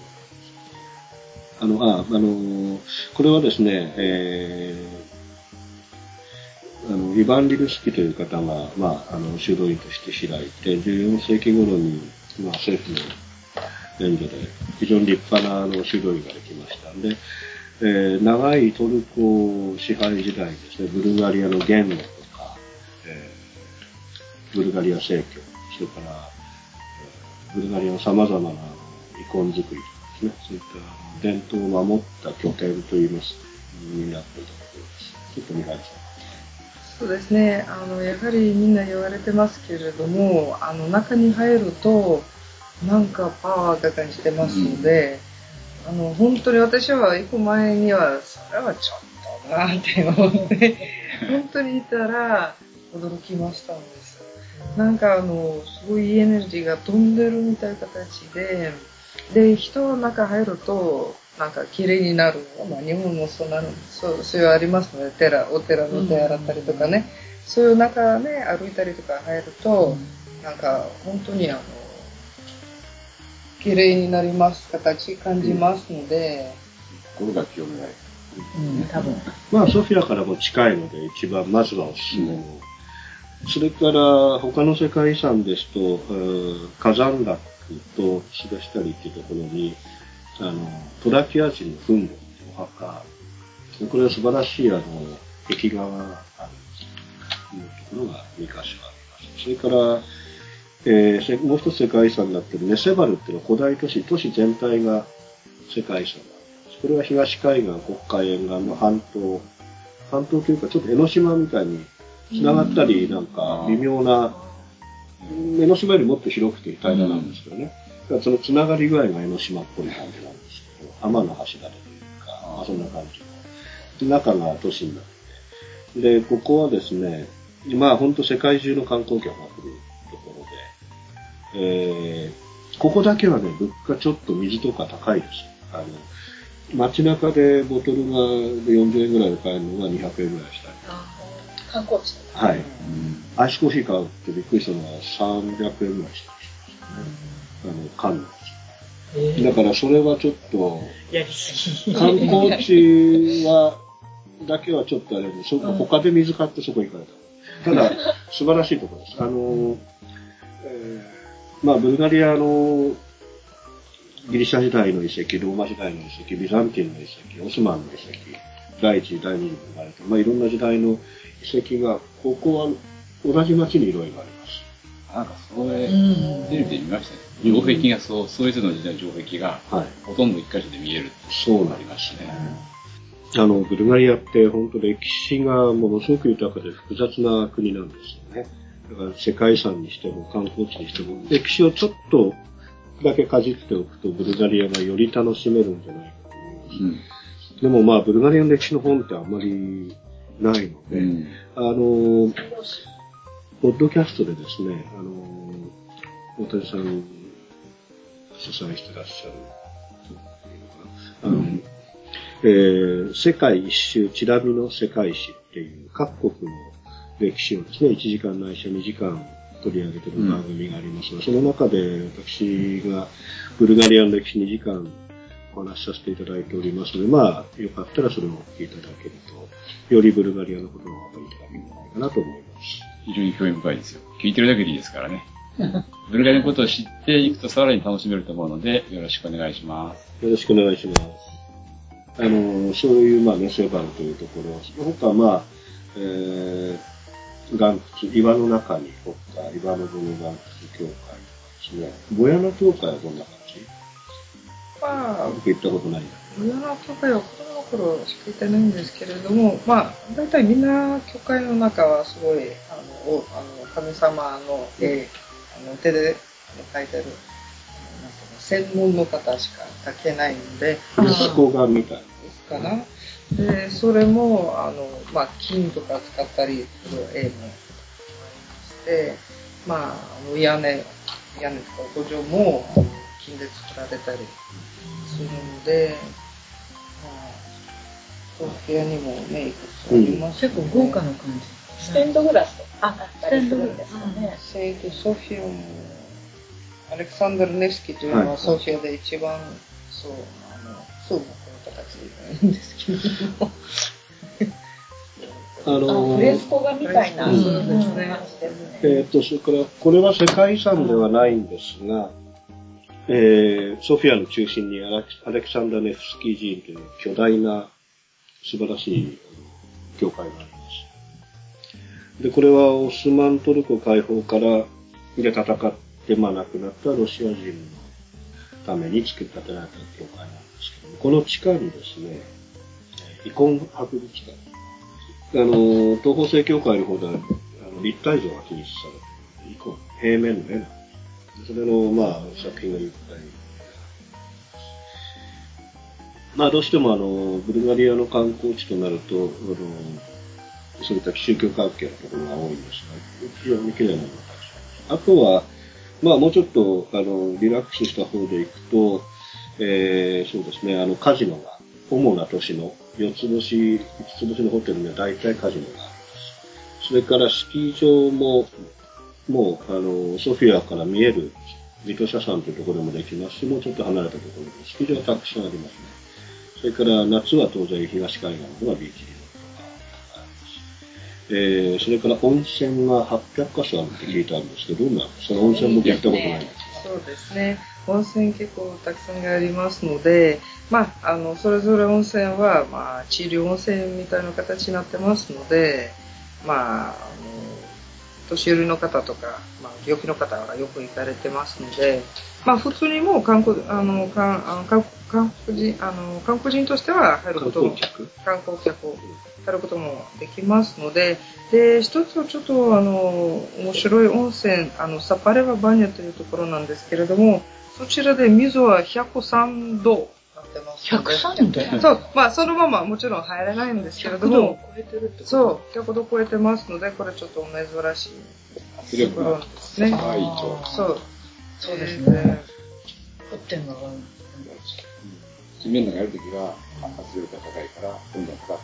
[SPEAKER 6] あの、あ、あの、これはですね、えー、あの、イヴァン・リルスキという方が、まあ、あの、修道院として開いて、じゅうよんせいき頃に、まあ、政府の援助で、非常に立派な、あの、修道院ができました。で、えー、長いトルコ支配時代ですね、ブルガリアの言語とか、えー、ブルガリア正教、それから、えー、ブルガリアの様々な、あの、イコン作りとかですね、そういった伝統を守った拠点といいます、になっていたところです。ちょっと見られた。
[SPEAKER 7] そうですね。あの、やはりみんな言われてますけれども、あの、中に入ると、なんかパワーが感じてますので、うん、あの、本当に私は行く前には、それはちょっとなーって思って、本当にいたら驚きましたんです。なんかあの、すごいエネルギーが飛んでるみたいな形で、で、人の中入ると、なんか綺麗になる。まあ日本もそうなる、そう、そういうありますので、寺、お寺の手洗ったりとかね、そういう中ね、歩いたりとか入ると、なんか本当にあの、綺麗になります、形感じますので。
[SPEAKER 3] 心が清められる。
[SPEAKER 4] うん、多分。
[SPEAKER 6] まあソフィアからも近いので、一番まずはおすすめの。それから他の世界遺産ですと、火山落とシダシタリっていうところに、あの、トラキア人の墳墓、お墓、これは素晴らしいあの、壁画があるところがにかしょあります。それから、えー、もう一つ世界遺産になっているネセバルっていうのは古代都市、都市全体が世界遺産なんです。これは東海岸、黒海沿岸の半島、半島というかちょっと江ノ島みたいに繋がったり、なんか微妙な、江ノ島よりもっと広くて平らなんですけどね。だからその繋がり具合が江ノ島っぽい感じなんですけど、天の橋立というか、まあ、そんな感じの。中が都市になって。で、ここはですね、まあ本当世界中の観光客が来るところで、えー、ここだけはね、物価ちょっと水とか高いです。あの、街中でボトルがよんじゅうえんぐらいで買えるのがにひゃくえんぐらいしたり。
[SPEAKER 5] 観光地
[SPEAKER 6] はい、うん。アイスコーヒー買うってびっくりしたのはさんびゃくえんぐらいしたりしましたね。あの、缶の。えー、だからそれはちょっと、
[SPEAKER 4] やりすぎ。
[SPEAKER 6] 観光地は、だけはちょっとあれで、そこ、他で水買ってそこ行かれた。ただ、素晴らしいところです。あの、えー、まあ、ブルガリアのギリシャ時代の遺跡、ローマ時代の遺跡、ビザンティンの遺跡、オスマンの遺跡、第一次、第二次に生まれた、まあ、いろんな時代の遺跡が、ここは同じ町にいろいろあります。
[SPEAKER 3] なんかそれ、テレビで見ましたね。城壁がそう、それぞれの時代の城壁が、はい、ほとんど一箇所で見えるってそうなりましたね。
[SPEAKER 6] あの、ブルガリアって本当歴史がものすごく豊かで複雑な国なんですよね。だから世界遺産にしても観光地にしても、歴史をちょっとだけかじっておくとブルガリアがより楽しめるんじゃないかと思います。うん、でもまあ、ブルガリアの歴史の本ってあんまりないので、うん、あの、ポッドキャストでですね、あの、大谷さん主催してらっしゃる、あの、うんえー、世界一周チラ見の世界史っていう各国の歴史をですね、いちじかんないしはにじかん取り上げている番組がありますが、うん、その中で私がブルガリアの歴史にじかんお話しさせていただいておりますので、まあ、よかったらそれをお聞きいただけると、よりブルガリアのことがお分かりいただけるんじゃないかなと思います。
[SPEAKER 3] 非常に興味深いですよ。聞いてるだけでいいですからね。ブルガリアのことを知っていくとさらに楽しめると思うので、よろしくお願いします。
[SPEAKER 6] よろしくお願いします。あの、そういう、まあ、ネセバルというところ、その他、まあ、えー、 岩窟、岩の中に掘った岩の文岩窟教会ですね。ボヤナ教会はどんな感じ？
[SPEAKER 7] まあ、
[SPEAKER 6] 僕行ったことないんだ
[SPEAKER 7] けど。ボヤナ教会は子供の頃しか行ってないんですけれども、まあ、大体みんな教会の中はすごい、あの、あの神様の絵、あの手で描いてる、なんていうの、専門の方しか描けないので、
[SPEAKER 6] 息子がみたい
[SPEAKER 7] ですかな。で、それも、あの、まあ、金とか使ったりする絵もありまして、まあ、あの屋根、屋根とか五条も金で作られたりするので、まあ、ソフィアにもね、いくつかありますね、
[SPEAKER 4] 結構豪華な感じ。
[SPEAKER 5] ステンドグラスとかあったりするんですよね。
[SPEAKER 7] セイントソフィアも、アレクサンダル・ネフスキというのはソフィアで一番、そう、あの、そうな形でいいんですけれども。
[SPEAKER 6] あのー、
[SPEAKER 5] フレスコ画みたいな感じですね。
[SPEAKER 6] えっと、それから、これは世界遺産ではないんですが、えー、ソフィアの中心にアレクサンダー・ネフスキー寺院という巨大な素晴らしい教会があります。で、これはオスマントルコ解放からで戦って、まあ亡くなったロシア人のために作り建てられた教会なんですけども、この地下にですね、イコン博物館。あの、東方正教会の方では、あの立体像が記述されているイコン、平面の絵なんです。それの、まあ、作品がいっぱい。まあ、どうしてもあの、ブルガリアの観光地となると、あの、そういった宗教関係のところが多いんですが、非常に綺麗なものがたくさんあります。あとは、まあ、もうちょっと、あの、リラックスした方で行くと、えー、そうですね、あの、カジノが、主な都市の四つ星、五つ星のホテルには大体カジノがあります。それからスキー場も、もう、あの、ソフィアから見える、ビトシャ山というところでもできますし、もうちょっと離れたところで、スキー場はたくさんありますね。それから夏は当然東海岸ではビーチリゾートがあります。えー、それから温泉がはっぴゃくカ所あるって聞いたんですけど、どうなんですか？その温泉僕行ったことないんです
[SPEAKER 7] が。そうですね。温泉結構たくさんありますので、まあ、あの、それぞれ温泉は、まあ、治療温泉みたいな形になってますので、まあ、あの、年寄りの方とか、まあ、病気の方がよく行かれてますので、まあ、普通にもう観光、あの、観光、観光人、あの、観光人としては入ることも、観光客を入ることもできますので、で、一つはちょっと、あの、面白い温泉、あの、サパレババニャというところなんですけれども、そちらで水はひゃくさんどなってます。
[SPEAKER 4] ひゃくさんど？
[SPEAKER 7] そう。まあ、そのままもちろん入れないんですけれども。
[SPEAKER 4] ひゃくどを超えてるってこと？
[SPEAKER 7] そう。ひゃくど超えてますので、これちょっと珍しいところですね。
[SPEAKER 3] 高いと。
[SPEAKER 7] そう。
[SPEAKER 4] そうですね。沸点が上がる。
[SPEAKER 3] 地面の中やるときは圧力が高いから、どんどんかかって、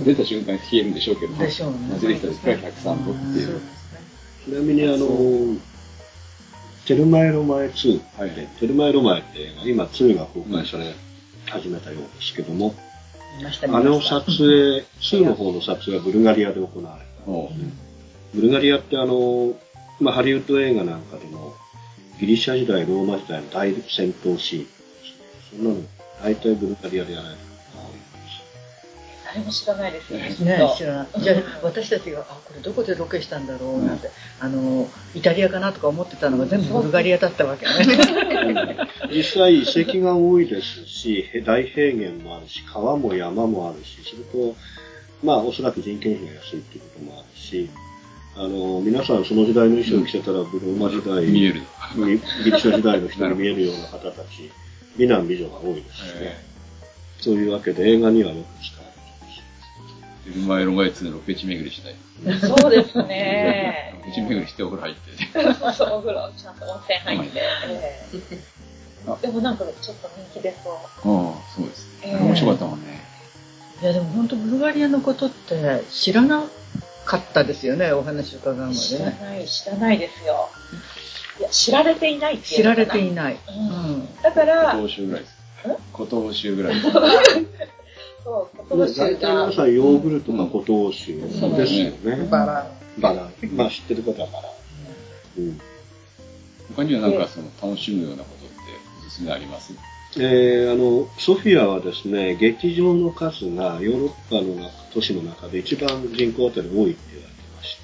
[SPEAKER 3] 出た瞬間に冷えるんでしょうけど、
[SPEAKER 4] でしょうね。
[SPEAKER 3] 出てきたときはひゃくさんどっていう。
[SPEAKER 7] そうですね。
[SPEAKER 6] ちなみにあの、テルマエロマエツー、はい、テルマエロマエって映画、今ツーが公開され始めたようですけども、あれを撮影、ツーの方の撮影はブルガリアで行われた、うん。ブルガリアってあの、まあ、ハリウッド映画なんかでも、ギリシャ時代、ローマ時代の大戦闘シーン、そんなの大体ブルガリアでやられた。
[SPEAKER 5] 誰も知らないですよね。
[SPEAKER 4] ね、知らない。じゃあ、私たちが、あ、これどこでロケしたんだろうなんて、あの、イタリアかなとか思ってたのが全部ブルガリアだったわけね。
[SPEAKER 6] 実際遺跡が多いですし、大平原もあるし、川も山もあるし、それと、まあ、おそらく人件費が安いっていうこともあるし、あの、皆さんその時代の衣装を着てたら、ブローマ時代、
[SPEAKER 3] 見える。
[SPEAKER 6] ギリシャ時代の人に見えるような方たち、美男美女が多いですしね。そういうわけで映画にはよく使われています。
[SPEAKER 3] テルマエロマエツーのロケ地巡りしたい。
[SPEAKER 5] そうですね。
[SPEAKER 3] ロケ地巡りしてお風呂入って。
[SPEAKER 5] そう、お風呂、ちゃんと温泉入って。えー、でもなんかちょっと人気出そう。
[SPEAKER 3] ああ、そうですね。面白かったもんね。
[SPEAKER 4] いやでも本当ブルガリアのことって知らなかったですよね、お話伺うまでね。
[SPEAKER 5] 知らない、知らないですよ。いや、知られていないっていう
[SPEAKER 4] 知られていない。
[SPEAKER 5] うん、だから、
[SPEAKER 3] 古東州ぐらいです。古東州ぐらいです。
[SPEAKER 5] そう、古東州が。
[SPEAKER 6] 大体皆さんヨーグルトが古東州ですよね。
[SPEAKER 7] バラ。
[SPEAKER 6] バラ。まあ知ってることはバラ。うん。
[SPEAKER 3] 他にはなんかその楽しむようなことっておすすめあります？
[SPEAKER 6] えー、あの、ソフィアはですね、劇場の数がヨーロッパの都市の中で一番人口あたり多いって言われてままして、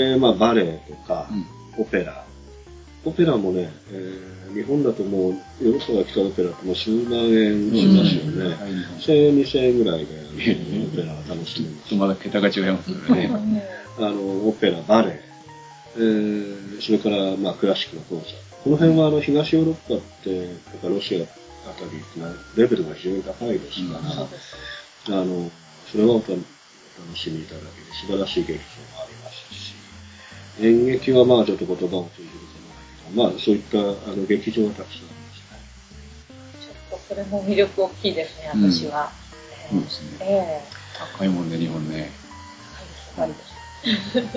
[SPEAKER 6] で、まあ、バレエとか、オペラ。オペラもね、えー、日本だともう、ヨーロッパが来たオペラってもう数万円しますよね。せんえん、にせんえんぐらいで、オペラが楽しめます。
[SPEAKER 3] まだ桁が違いますよね。
[SPEAKER 6] あの、オペラ、バレエ、えー、それから、まあ、クラシックのコンサート。この辺は、あの、東ヨーロッパって、とかロシアあたりってのは、レベルが非常に高いですから、うん、あの、それはお楽しみいただけで素晴らしい劇場もありますし、演劇はまあ、ちょっと言葉を通じると思うけど、まあ、そういったあの劇場がたくさんありますね。
[SPEAKER 5] ちょっとそれも魅力大きいですね、私は。
[SPEAKER 3] うん、そうですね。えー、高いもんね、日本ね。
[SPEAKER 5] 高いです、高いです。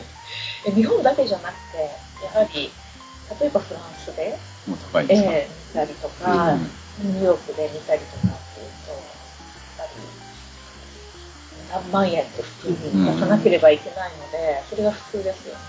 [SPEAKER 5] 日本だけじゃなくて、やはり、例えばフランスで、
[SPEAKER 3] もう高いですか、
[SPEAKER 5] えー、見たりとか、うん、ニューヨークで見たりとかっていうと、やっぱり何万円って普通に出さなければいけないので、それが普通ですよね。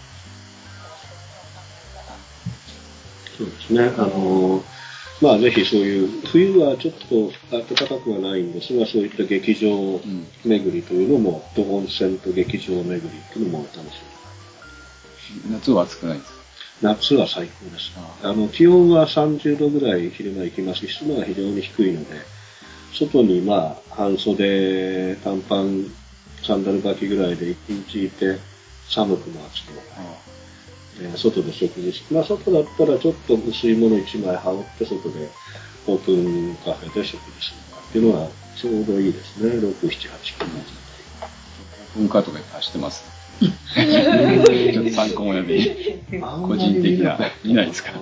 [SPEAKER 6] そうですね。あの、まあぜひそういう、冬はちょっと暖かくはないんですが、そういった劇場巡りというのも、と温泉と劇場巡りというのも楽しみ。
[SPEAKER 3] 夏は暑くないですか？
[SPEAKER 6] 夏は最高です。あの、気温はさんじゅうどぐらい昼間行きますし、湿度が非常に低いので、外にまあ、半袖、短パン、サンダル履きぐらいで一日いて、寒くも暑くもない。えー、外で食事して、まあ外だったらちょっと薄いもの一枚羽織って外でオープンカフェで食事するっていうのはちょうどいいですね。ろく、なな、はち、きゅう。
[SPEAKER 3] オープンカーとかで走ってます。ちょっと参考までに個人的な見ないですか。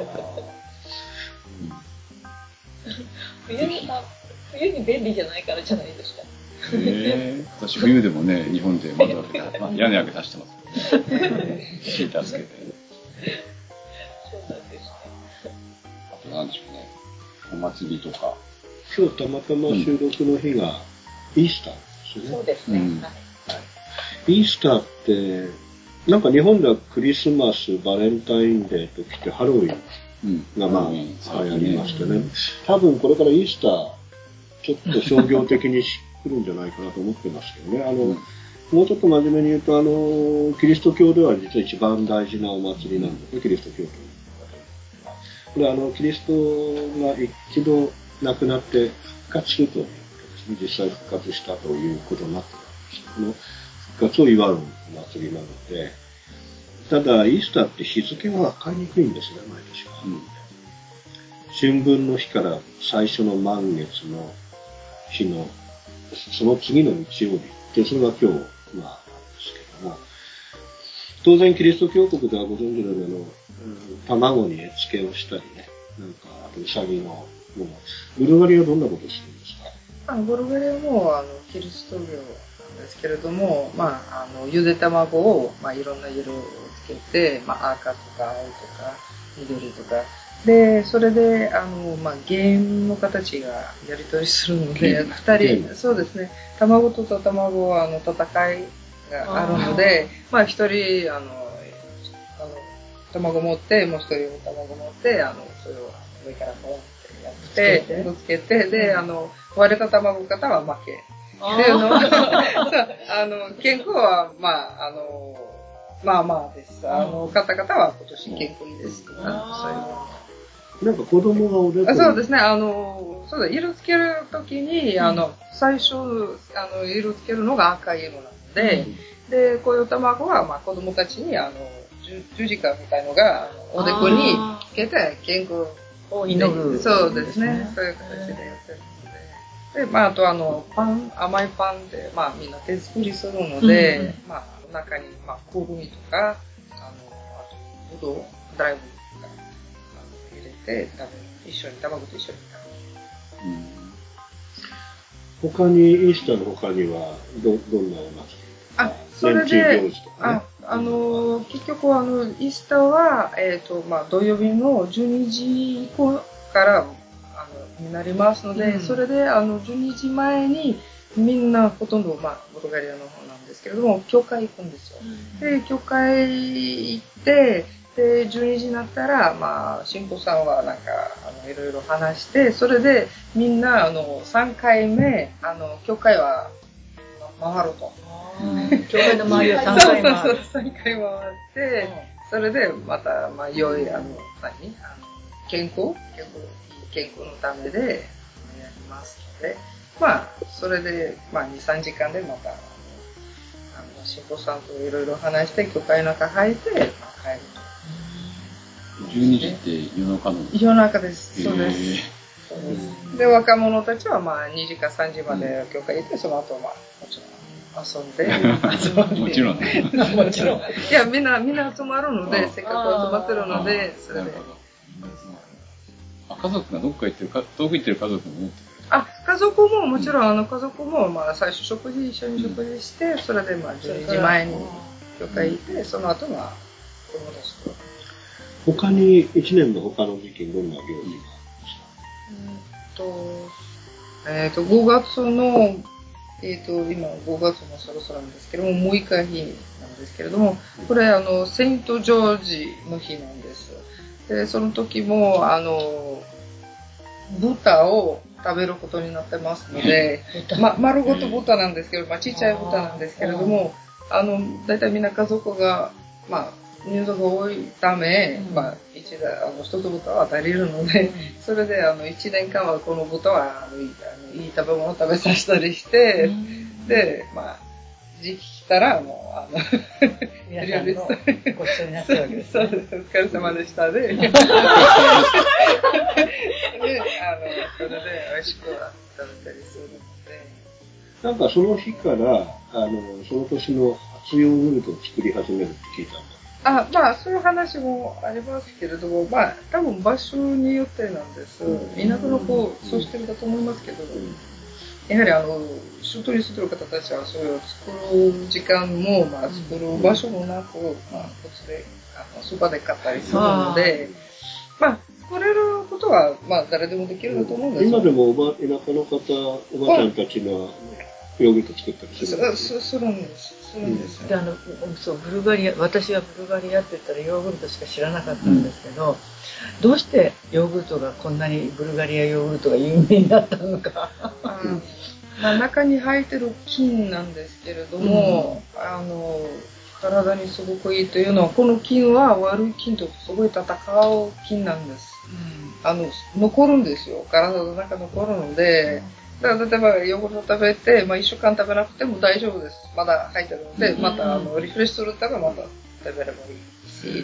[SPEAKER 5] 冬に冬に便利じゃないからじゃないですか。
[SPEAKER 3] えー、私冬でもね、日本で窓開けて、まあ、屋根開け出してますけどね。シーターつけて。
[SPEAKER 5] そうなんですね。
[SPEAKER 3] あとなんでしょうね。お祭りとか。
[SPEAKER 6] 今日たまたま収録の日がイースターですね。
[SPEAKER 5] そうですね。うん、はい。
[SPEAKER 6] イースターって、なんか日本ではクリスマス、バレンタインデーと来てハロウィンがまあ、うん、流行りましてね。多分これからイースター、ちょっと商業的に来るんじゃないかなと思ってますけどね。あの、うん、もうちょっと真面目に言うと、あの、キリスト教では実は一番大事なお祭りなんですね、キリスト教徒。これあの、キリストが一度亡くなって復活するということですね。実際復活したということになってるわけです。この復活を祝うお祭りなので、ただ、イースターって日付が分かりにくいんですね、毎年は。うん、春分の日から最初の満月の日の、その次の日曜日って、それが今日、まあ、なんですけども、当然キリスト教国ではご存知のように、あの、うん、卵に絵付けをしたりね、なんか、あとウサギのもの。ブルガリアはどんなことをするんですか？
[SPEAKER 7] あのブルガリアもあのキリスト教なんですけれども、まあ、あのゆで卵を、まあ、いろんな色をつけて、まあ、赤とか青とか緑とかで、それであの、まあ、ゲームの形がやり取りするので、二人、そうですね、卵と卵はあの戦いがあるので、まあ一人あのあの卵持って、もう一人卵持って、あのそれを上からポンってやって、ぶつけて、で、あの割れた卵方は負け。で、あの、あの健康はまああのまあまあです。あの方々は今年健康いいです。
[SPEAKER 6] なんか子供がおでこに。
[SPEAKER 7] そうですね。あのそうだ、色つけるときに、あの最初あの色つけるのが赤い色なので。うん、で、こういう卵は、まあ、子供たちに、あの、十字架みたいのが、おでこにつけて、健康を祈る。そうですね。そういう形でやってるので。で、まあ、あと、あの、パン、甘いパンで、まあ、みんな手作りするので、うんうん、まあ、中に、まあ、コールミとか、あの、あと、ぶどう、ドライブとか、あの入れて食べる。一緒に、卵と一緒に食べる。
[SPEAKER 6] うん、他に、イースターの他には、ど、どんなお祭り？
[SPEAKER 7] あ、それで、ね、あ、あの、結局あの、イースターは、えっと、まあ、土曜日のじゅうにじ以降から、あの、になりますので、うん、それで、あの、じゅうにじまえに、みんなほとんど、まあ、ブルガリアの方なんですけれども、教会行くんですよ。うん、で、教会行って、で、じゅうにじになったら、まあ、神父さんはなんか、あの、いろいろ話して、それで、みんな、あの、さんかいめ、あの、教会は、回ると。
[SPEAKER 4] 教会の周りをさんかい回る。
[SPEAKER 7] そうそうそう、さんかい回って、それでまた、まあ、良い、あの、何あの健康健康健康のためでやりますので、まあ、それで、まあ、に、さんじかんでまた、あの、信徒さんといろいろ話して、教会の中入って、まあ、帰ると。
[SPEAKER 3] じゅうにじって夜中の
[SPEAKER 7] 夜中です。そうです。そうです。で、若者たちはまあにじかさんじまで教会行って、その後まあ、もちろん遊んで。
[SPEAKER 3] もちろんね。
[SPEAKER 7] もちろん。いや、みんな、みんな集まるので、せっかく集まってるので、それで。
[SPEAKER 3] あ、家族がどっか行ってるか、遠く行ってる家族も持ってくる。
[SPEAKER 7] あ、家族ももちろん、あの家族も、まあ最初食事、一緒に食事して、それでまあじゅうにじまえに教会行って、その後まあ、子供たちと。
[SPEAKER 6] 他に、一年の他の時期にどんな行事がありま
[SPEAKER 7] した？えっと、ごがつの、えっと、今ごがつもそろそろなんですけども、もう一回日なんですけれども、これあの、セントジョージの日なんです。で、その時も、あの、豚を食べることになってますので、ま、丸ごと豚なんですけど、まあ、ちっちゃい豚なんですけれども、あの、だいたいみんな家族が、まあ、人数が多いため、うん、まあ、一台、あの、一つ豚は足りるので、うん、それで、あの、一年間はこの豚は、あの、いい、あのいい食べ物を食べさせたりして、うん、で、まあ、時期来たら、もう、あの、
[SPEAKER 4] 皆さんのごちそうになってるわけですね。
[SPEAKER 7] そうです。お疲れ様でしたで。で、あの、それで美味しく食べたりするので。
[SPEAKER 6] なんかその日から、あの、その年の初ヨーグルトを作り始めるって聞いたんだ。
[SPEAKER 7] あ、まあ、そういう話もありますけれども、まあ、多分場所によってなんです。田舎の方、そうしてるんだと思いますけど、やはりあの、首都に住んでる方たちはそれを作る時間も、まあ、作る場所もなく、まあ、こっちで、あの、スーパーで買ったりするので、まあ、作れることは、まあ、誰でもできるんだと思うんですよ。
[SPEAKER 6] 今でもおば、田舎の方、おばちゃんたちがヨーグルト作ったりするんです
[SPEAKER 7] か？するんです。するんですよ。
[SPEAKER 4] で、あの、そう、ブルガリア、私はブルガリアって言ったらヨーグルトしか知らなかったんですけど、うん、どうしてヨーグルトがこんなにブルガリアヨーグルトが有名になったのか。
[SPEAKER 7] うんまあ、中に入ってる菌なんですけれども、うん、あの、体にすごくいいというのは、この菌は悪い菌とすごい戦う菌なんです。うん、あの、残るんですよ。体の中残るので、だから例えばヨーグルト食べて、まあ、いっしゅうかん食べなくても大丈夫です。まだ入ってるので、またあのリフレッシュするったらまた食べればいいし。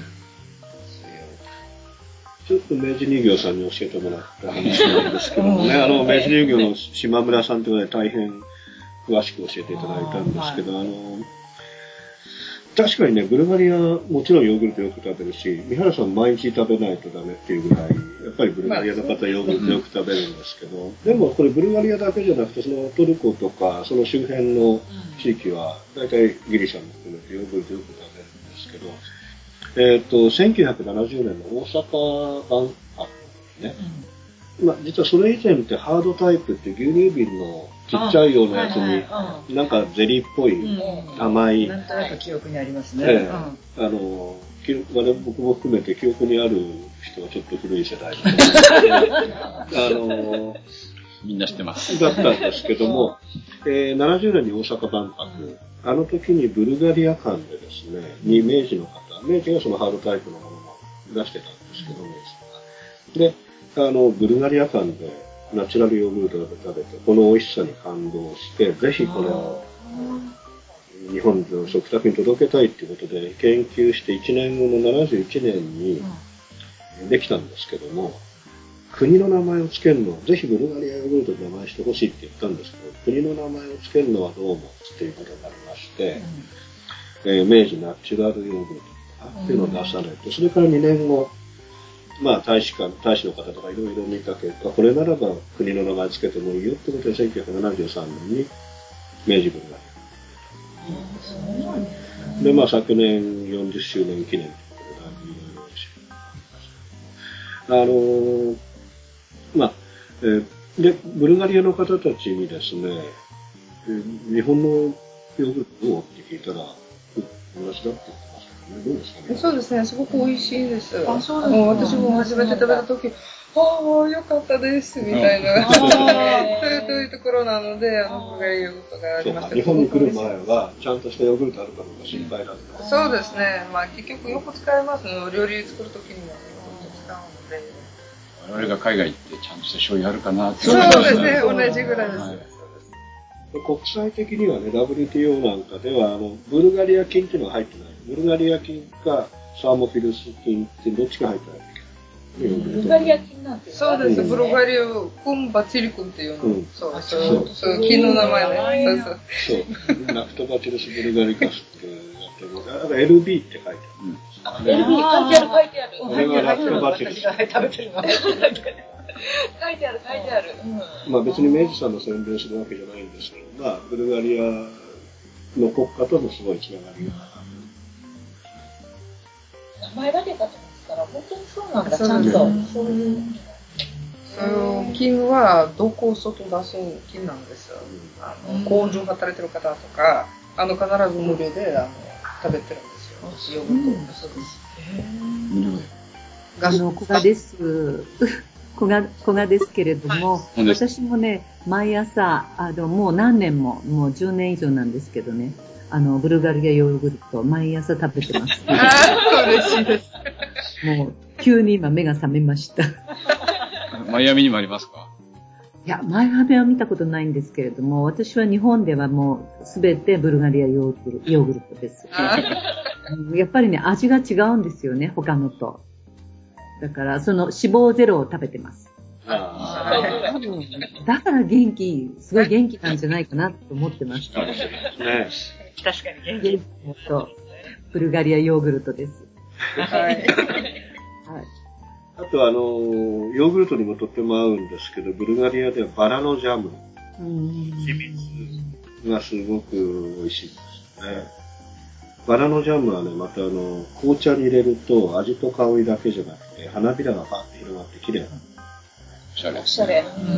[SPEAKER 6] ちょっと明治乳業さんに教えてもらった話なんですけどもね、あの、明治乳業の島村さんというので大変詳しく教えていただいたんですけど、あ, あの、確かにね、ブルガリアもちろんヨーグルトよく食べるし、三原さん毎日食べないとダメっていうぐらい、やっぱりブルガリアの方ヨーグルトよく食べるんですけど、でもこれブルガリアだけじゃなくて、そのトルコとかその周辺の地域は、大体ギリシャも含めてヨーグルトよく食べるんですけど、えっと、せんきゅうひゃくななじゅうねんの大阪万博ね、うん、まあ、実はそれ以前ってハードタイプって牛乳瓶のちっちゃいようなやつに、なんかゼリーっぽい甘い。
[SPEAKER 4] なんとなく記憶にありますね。
[SPEAKER 6] ええ、うん、あの、僕も含めて記憶にある人はちょっと古い世代だあの、
[SPEAKER 3] みんな知ってます。
[SPEAKER 6] だったんですけども、えー、ななじゅうねんに大阪万博、あの時にブルガリア館でですね、に明治の方、明治がそのハードタイプのものを出してたんですけど、明治が。で、あの、ブルガリア館でナチュラルヨーグルトを食べて、この美味しさに感動して、ぜひこの、日本の食卓に届けたいっていうことで研究していちねんごのななじゅういちねんにできたんですけども、国の名前を付けるのは、ぜひブルガリアヨーグルトの名前してほしいって言ったんですけど、国の名前を付けるのはどうもっていうことになりまして、うんえー、明治ナチュラルヨーグルトっていうのを出されて、それからにねんご、まあ大使館、大使の方とかいろいろ見た結果、これならば国の名前付けてもいいよってことで、せんきゅうひゃくななじゅうさんねんに明治ブルガリア。で、まあ昨年よんじゅっしゅうねん記念ということで、あのー、まあ、えー、で、ブルガリアの方たちにですね、えー、日本のヨーグルトどうって聞いたら、同じだって言ってましたけどね、どうですかね。
[SPEAKER 7] そうですね、すごく美味しいです。あ、そうですね。私も初めて食べたとき、 おー、よかったです、みたいな。そういうところなので、あの、ブルガリアヨーグルトがありました。
[SPEAKER 6] 日本に来る前は、ちゃんとしたヨーグルトあるかどうか心配だった。
[SPEAKER 7] そうですね。まあ、結局よく使いますね。お料理作るときにはヨーグルト使うので。
[SPEAKER 3] 我々が海外行ってちゃんとした醤油あるかなって。
[SPEAKER 7] そうですね。同じぐらいです。はい、
[SPEAKER 6] 国際的にはね、ダブリューティーオー なんかでは、あの、ブルガリア菌っていうのは入ってない。ブルガリア菌か、サーモフィルス菌ってどっちか入ってない。
[SPEAKER 5] ブルガリア菌なんて
[SPEAKER 7] そうです。ブルガリア菌バチリ君っていうの。うん、そう、そう、そう、菌の名前ね。そう
[SPEAKER 6] そう。ラクトバチルスブルガリカスってやってる。だから エルビー って書いて
[SPEAKER 5] ある。エルビー 書いてある、書いてある。
[SPEAKER 6] これがラクトバチルス。
[SPEAKER 5] 私が食べてるの。書いてある、書いてある。
[SPEAKER 6] まあ別に明治さんの宣伝するわけじゃないんですけど、まあ、ブルガリアの国家とのすごいつながりが。
[SPEAKER 5] 名前だけかと思ったら、本当にそうなんだ、ちゃんと。そういう。
[SPEAKER 7] その菌は毒を外出す菌なんですよ。あの工場働いてる方とか、あの必ず無料であの食べてるんですよ。ヨーグルト。そうです。
[SPEAKER 3] 無料で。
[SPEAKER 2] あの、小賀です。小賀、小賀ですけれども、はい、私もね、毎朝、あの、もう何年も、もうじゅうねん以上なんですけどね、あの、ブルガリアヨーグルト、毎朝食べてます。
[SPEAKER 7] ああ、嬉しいです。
[SPEAKER 2] もう、急に今目が覚めました。
[SPEAKER 3] マイアミにもありますか？
[SPEAKER 2] いや、マイアミは見たことないんですけれども、私は日本ではもうすべてブルガリアヨーグルト、ヨーグルトです。やっぱりね、味が違うんですよね、他のと。だから、その脂肪ゼロを食べてます。あ多分だから元気、すごい元気なんじゃないかなと思ってました。ね、
[SPEAKER 4] 確かに元気。
[SPEAKER 2] 元気とブルガリアヨーグルトです。はい。はい。
[SPEAKER 6] あとあの、ヨーグルトにもとっても合うんですけど、ブルガリアではバラのジャム、秘密がすごく美味しいですね。バラのジャムはね、またあの、紅茶に入れると味と香りだけじゃなくて、花びらがパーって広がって綺麗な。
[SPEAKER 3] おしゃれ。
[SPEAKER 5] おしゃれ。
[SPEAKER 6] うん、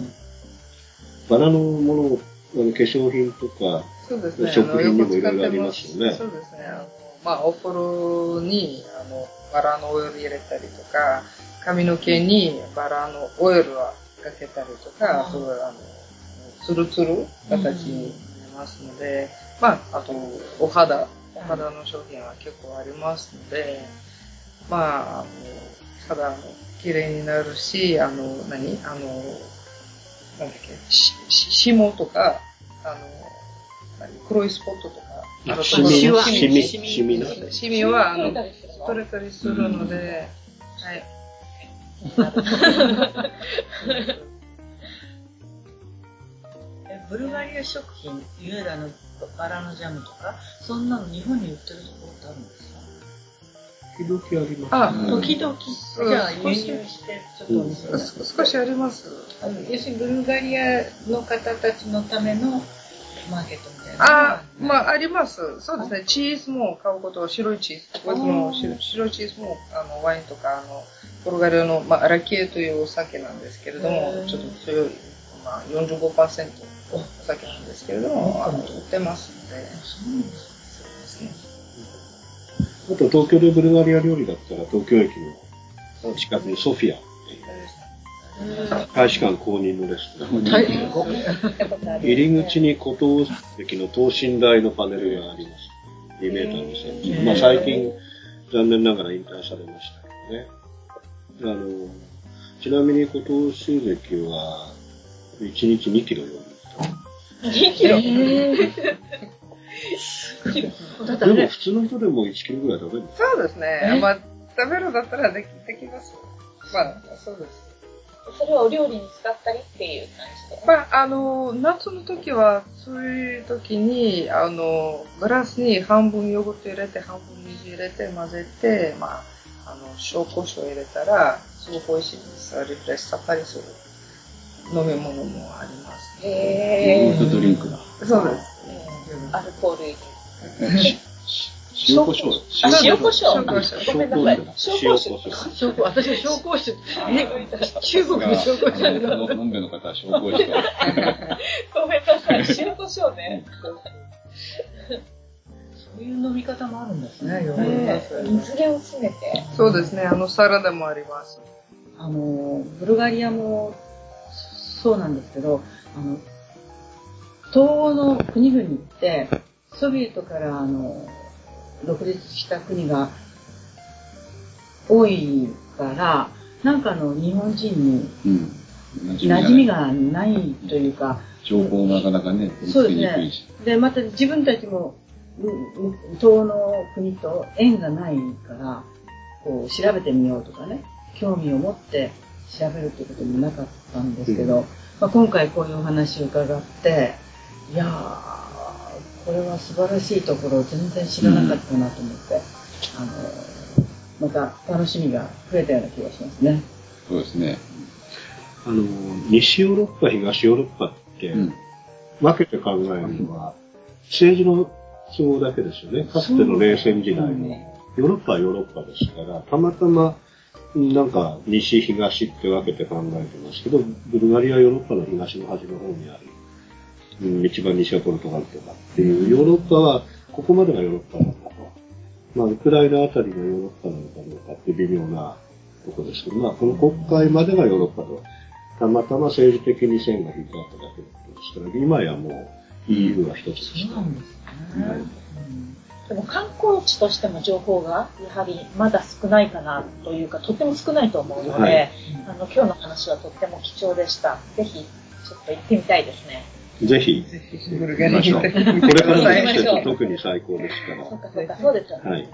[SPEAKER 6] バラのもの、あの化粧品とか、
[SPEAKER 7] そうですね、
[SPEAKER 6] 食品にもいろいろありますよね。
[SPEAKER 7] そうですね。あのまあ、お風呂にあのバラのオイル入れたりとか、髪の毛にバラのオイルをかけたりとか、すごいあのツルツル形になりますので、まあ、あとお肌、お肌の商品は結構ありますので、まあ、あの肌も綺麗になるし、あの何あのなんだっけ、しし霜とか、あの黒いスポットとか。
[SPEAKER 6] あ、シミ、シミ、シミ、
[SPEAKER 7] シミは、あの、取れたりするので、はい。
[SPEAKER 4] ブルガリア食品、いわゆるあの、バラのジャムとか、そんなの日本に売ってるところってあるんですか？
[SPEAKER 6] 時々あります。
[SPEAKER 4] あ、時々。じゃあ、輸入して、ちょっとお店に。
[SPEAKER 7] 少しあります。
[SPEAKER 4] 要するに、ブルガリアの方たちのための、マーケットみたいな。
[SPEAKER 7] あ、まあ、あります。そうですね。チーズも買うこと、白いチーズ。こいつも白いチーズも、あの、ワインとか、あの、ブルガリアの、まあ、アラキエというお酒なんですけれども、ちょっと強い、まあ、よんじゅうごパーセント お酒なんですけれども、あの、売ってますので。そうですね。
[SPEAKER 6] あと、東京でブルガリア料理だったら、東京駅の近くにソフィア。大使館公認のレストラン。入り口に古東石の等身大のパネルがあります。にメーターにセンチ。まあ最近、残念ながら引退されましたけどね。あの、ちなみに古東石は、いちにちにキロより。
[SPEAKER 5] にキロ
[SPEAKER 6] でも普通の人でもいちキロぐらい食べるんですか？
[SPEAKER 7] そうですね。まあ、食べるだったらでき、できます。まあ、そうです。
[SPEAKER 5] それはお料理に使ったりっていう感じで。
[SPEAKER 7] まあ、あの、夏の時は、そういう時に、あの、グラスに半分ヨーグルト入れて、半分水入れて混ぜて、まあ、あの、紹興酒を入れたら、すごく美味しいです。リフレッシュさっぱりする飲み物もあります。
[SPEAKER 5] へ
[SPEAKER 3] ー。ヨーグルトドリンクだ。
[SPEAKER 7] そうです。
[SPEAKER 5] アルコール入
[SPEAKER 3] り。塩コショウ。
[SPEAKER 5] 塩コショウ。
[SPEAKER 7] ごめんな
[SPEAKER 5] さい。塩コショウ。
[SPEAKER 4] 塩コ、私は塩コショウ。え、中国の塩コショウ。
[SPEAKER 3] 飲んべの方は塩コショウ。
[SPEAKER 5] ごめんなさい。塩コショウね。
[SPEAKER 4] そういう飲み方もあるんですね、
[SPEAKER 5] 水気を詰めて。
[SPEAKER 7] そうですね。あの、サラダもあります。
[SPEAKER 4] あの、ブルガリアもそうなんですけど、あの、東欧の国々って、ソビエトからあの、独立した国が多いから、なんかあの、日本人に、馴染みがないというか、
[SPEAKER 3] 情報なかなかね、
[SPEAKER 4] そうですね。で、また自分たちも、東欧の国と縁がないから、こう、調べてみようとかね、興味を持って調べるってこともなかったんですけど、うん、まあ、今回こういうお話を伺って、いやー、これは素晴らしいところを全然知らなかったなと思って、うん、あの、また楽しみが増えたような気がしますね。
[SPEAKER 3] そうですね。
[SPEAKER 6] あの、西ヨーロッパ、東ヨーロッパって、うん、分けて考えるのは、政治の都合だけですよね。かつての冷戦時代の、ヨーロッパはヨーロッパですから、たまたま、なんか、西、東って分けて考えてますけど、ブルガリアはヨーロッパの東の端の方にある。うん、一番西はポルトガルとかっていう、ヨーロッパは、ここまでがヨーロッパなんだと。まあ、ウクライナあたりがヨーロッパなのかどうかって微妙なとこですけど、まあ、この国会までがヨーロッパと、たまたま政治的に線が引いてあっただけのことですから、今やもう イーユー は一つですから。そうなんですね。はい、
[SPEAKER 5] でも観光地としても情報がやはりまだ少ないかなというか、とっても少ないと思うので、はい、あの今日の話はとっても貴重でした。ぜひちょっと行ってみたいですね。
[SPEAKER 6] ぜひ。ぜひブルガリアに行ってみましょう。これからの季節特に最高ですから。
[SPEAKER 5] そうかそうか、そうですよね。はい。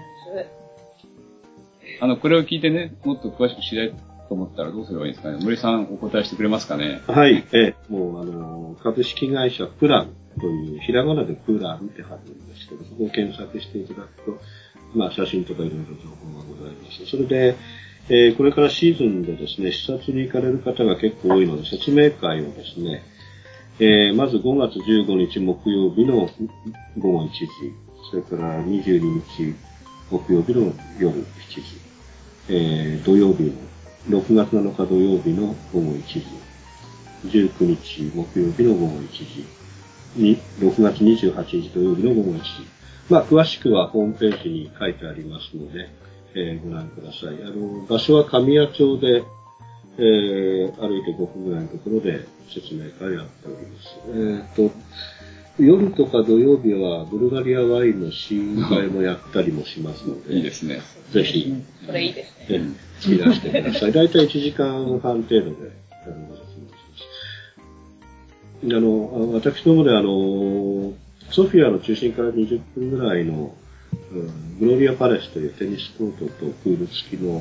[SPEAKER 3] あの、これを聞いてね、もっと詳しく知りたいと思ったらどうすればいいですかね。森さんお答えしてくれますかね。
[SPEAKER 6] はい。え、もうあの、株式会社プランという、ひらがなでプランって貼るんですけど、そこを検索していただくと、まあ写真とかいろいろ情報がございます。それで、えー、これからシーズンでですね、視察に行かれる方が結構多いので、説明会をですね、えー、まずごがつじゅうごにち木曜日のごごいちじ、それからにじゅうににち木曜日の夜しちじ、えー、土曜日の、ろくがつなのか土曜日のごごいちじ、じゅうくにち木曜日のごごいちじ、にろくがつにじゅうはちにち土曜日のごごいちじ。まあ、詳しくはホームページに書いてありますので、えー、ご覧ください。あの、場所は神谷町で、えー、歩いてごふんぐらいのところで説明会をやっております。えーと、夜とか土曜日はブルガリアワインの試飲会もやったりもしますので、
[SPEAKER 3] いいですね。
[SPEAKER 6] ぜひ、
[SPEAKER 5] それいいですね。
[SPEAKER 6] いらしてください。だいたいいちじかんはん程度で、あの、ご説明します。あの、私どもであの、ソフィアの中心からにじゅっぷんぐらいの、うん、グロリアパレスというテニスコートとプール付きの、うん、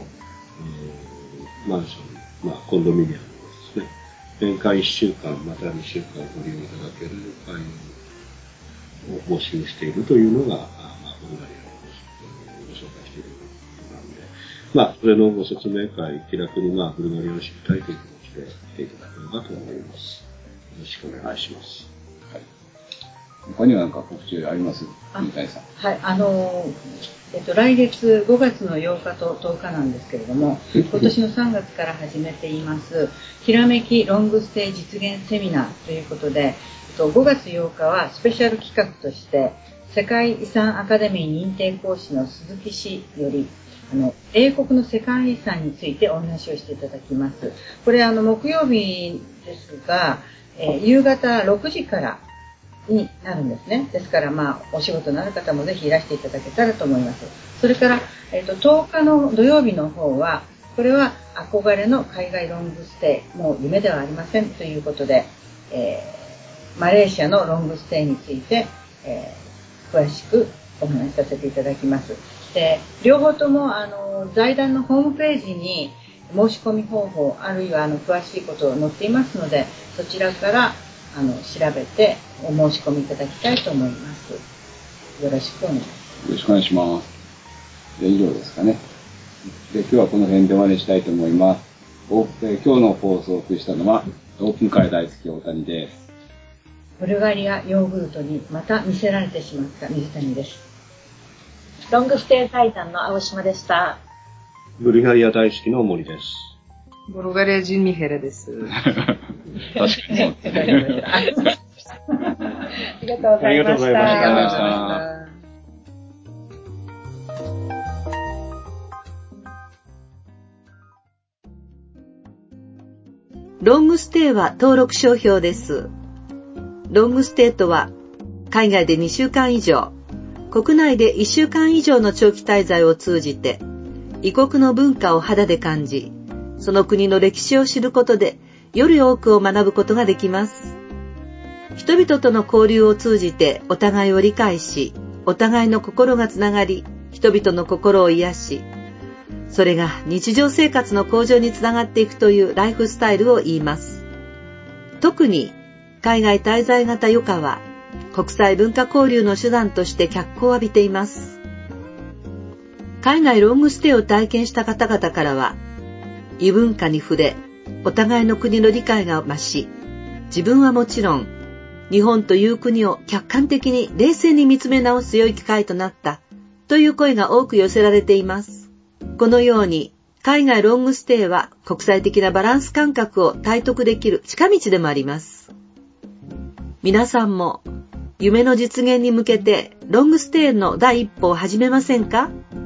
[SPEAKER 6] マンション、まあ、コンドミニアムですね。年間いっしゅうかん、またにしゅうかんご利用いただける会員を募集しているというのが、まあ、ブルガリアをご紹介していることなんで、まあ、それのご説明会、気楽に、まあ、ブルガリアを知りたいという気持ちで来ていただければと思います。よろしくお願いします。
[SPEAKER 3] はい。他には何か告知あります？三谷さん。
[SPEAKER 4] はい、あの、えっと、来月ごがつのようかととおかなんですけれども、今年のさんがつから始めています、ひらめきロングステイ実現セミナーということで、えっと、ごがつようかはスペシャル企画として、世界遺産アカデミー認定講師の鈴木氏より、あの、英国の世界遺産についてお話をしていただきます。これ、あの、木曜日ですが、えー、夕方ろくじからになるんですね。ですから、まあ、お仕事のある方もぜひいらしていただけたらと思います。それから、えっと、とおかの土曜日の方は、これは憧れの海外ロングステイ、もう夢ではありませんということで、えー、マレーシアのロングステイについて、えー、詳しくお話しさせていただきます。で、両方とも、あの、財団のホームページに申し込み方法、あるいは、あの、詳しいことを載っていますので、そちらから、あの、調べてお申し込みいただきたいと思います。よろしくお願いします。
[SPEAKER 3] よろしくお願いします。で、以上ですかね。で、今日はこの辺で終わりにしたいと思います。おえ今日の放送をお送りしたのは、オープンカレー大好き大谷です。
[SPEAKER 4] ブルガリアヨーグルトにまた見せられてしまった水谷です。
[SPEAKER 5] ロングステイ財団の青島でした。
[SPEAKER 6] ブルガリア大好きの森です。
[SPEAKER 7] ブルガリア人ミヘレです。
[SPEAKER 3] 確かにそうですね。
[SPEAKER 5] ありがとうございました。
[SPEAKER 6] ありがとうございました。
[SPEAKER 7] ありがとうございました。
[SPEAKER 2] ロングステイは登録商標です。ロングステイとは、海外でにしゅうかん以上、国内でいっしゅうかん以上の長期滞在を通じて、異国の文化を肌で感じ、その国の歴史を知ることで、より多くを学ぶことができます。人々との交流を通じてお互いを理解し、お互いの心がつながり、人々の心を癒し、それが日常生活の向上につながっていくというライフスタイルを言います。特に海外滞在型余暇は国際文化交流の手段として脚光を浴びています。海外ロングステイを体験した方々からは、異文化に触れ、お互いの国の理解が増し、自分はもちろん、日本という国を客観的に冷静に見つめ直す良い機会となったという声が多く寄せられています。このように海外ロングステイは国際的なバランス感覚を体得できる近道でもあります。皆さんも夢の実現に向けてロングステイの第一歩を始めませんか？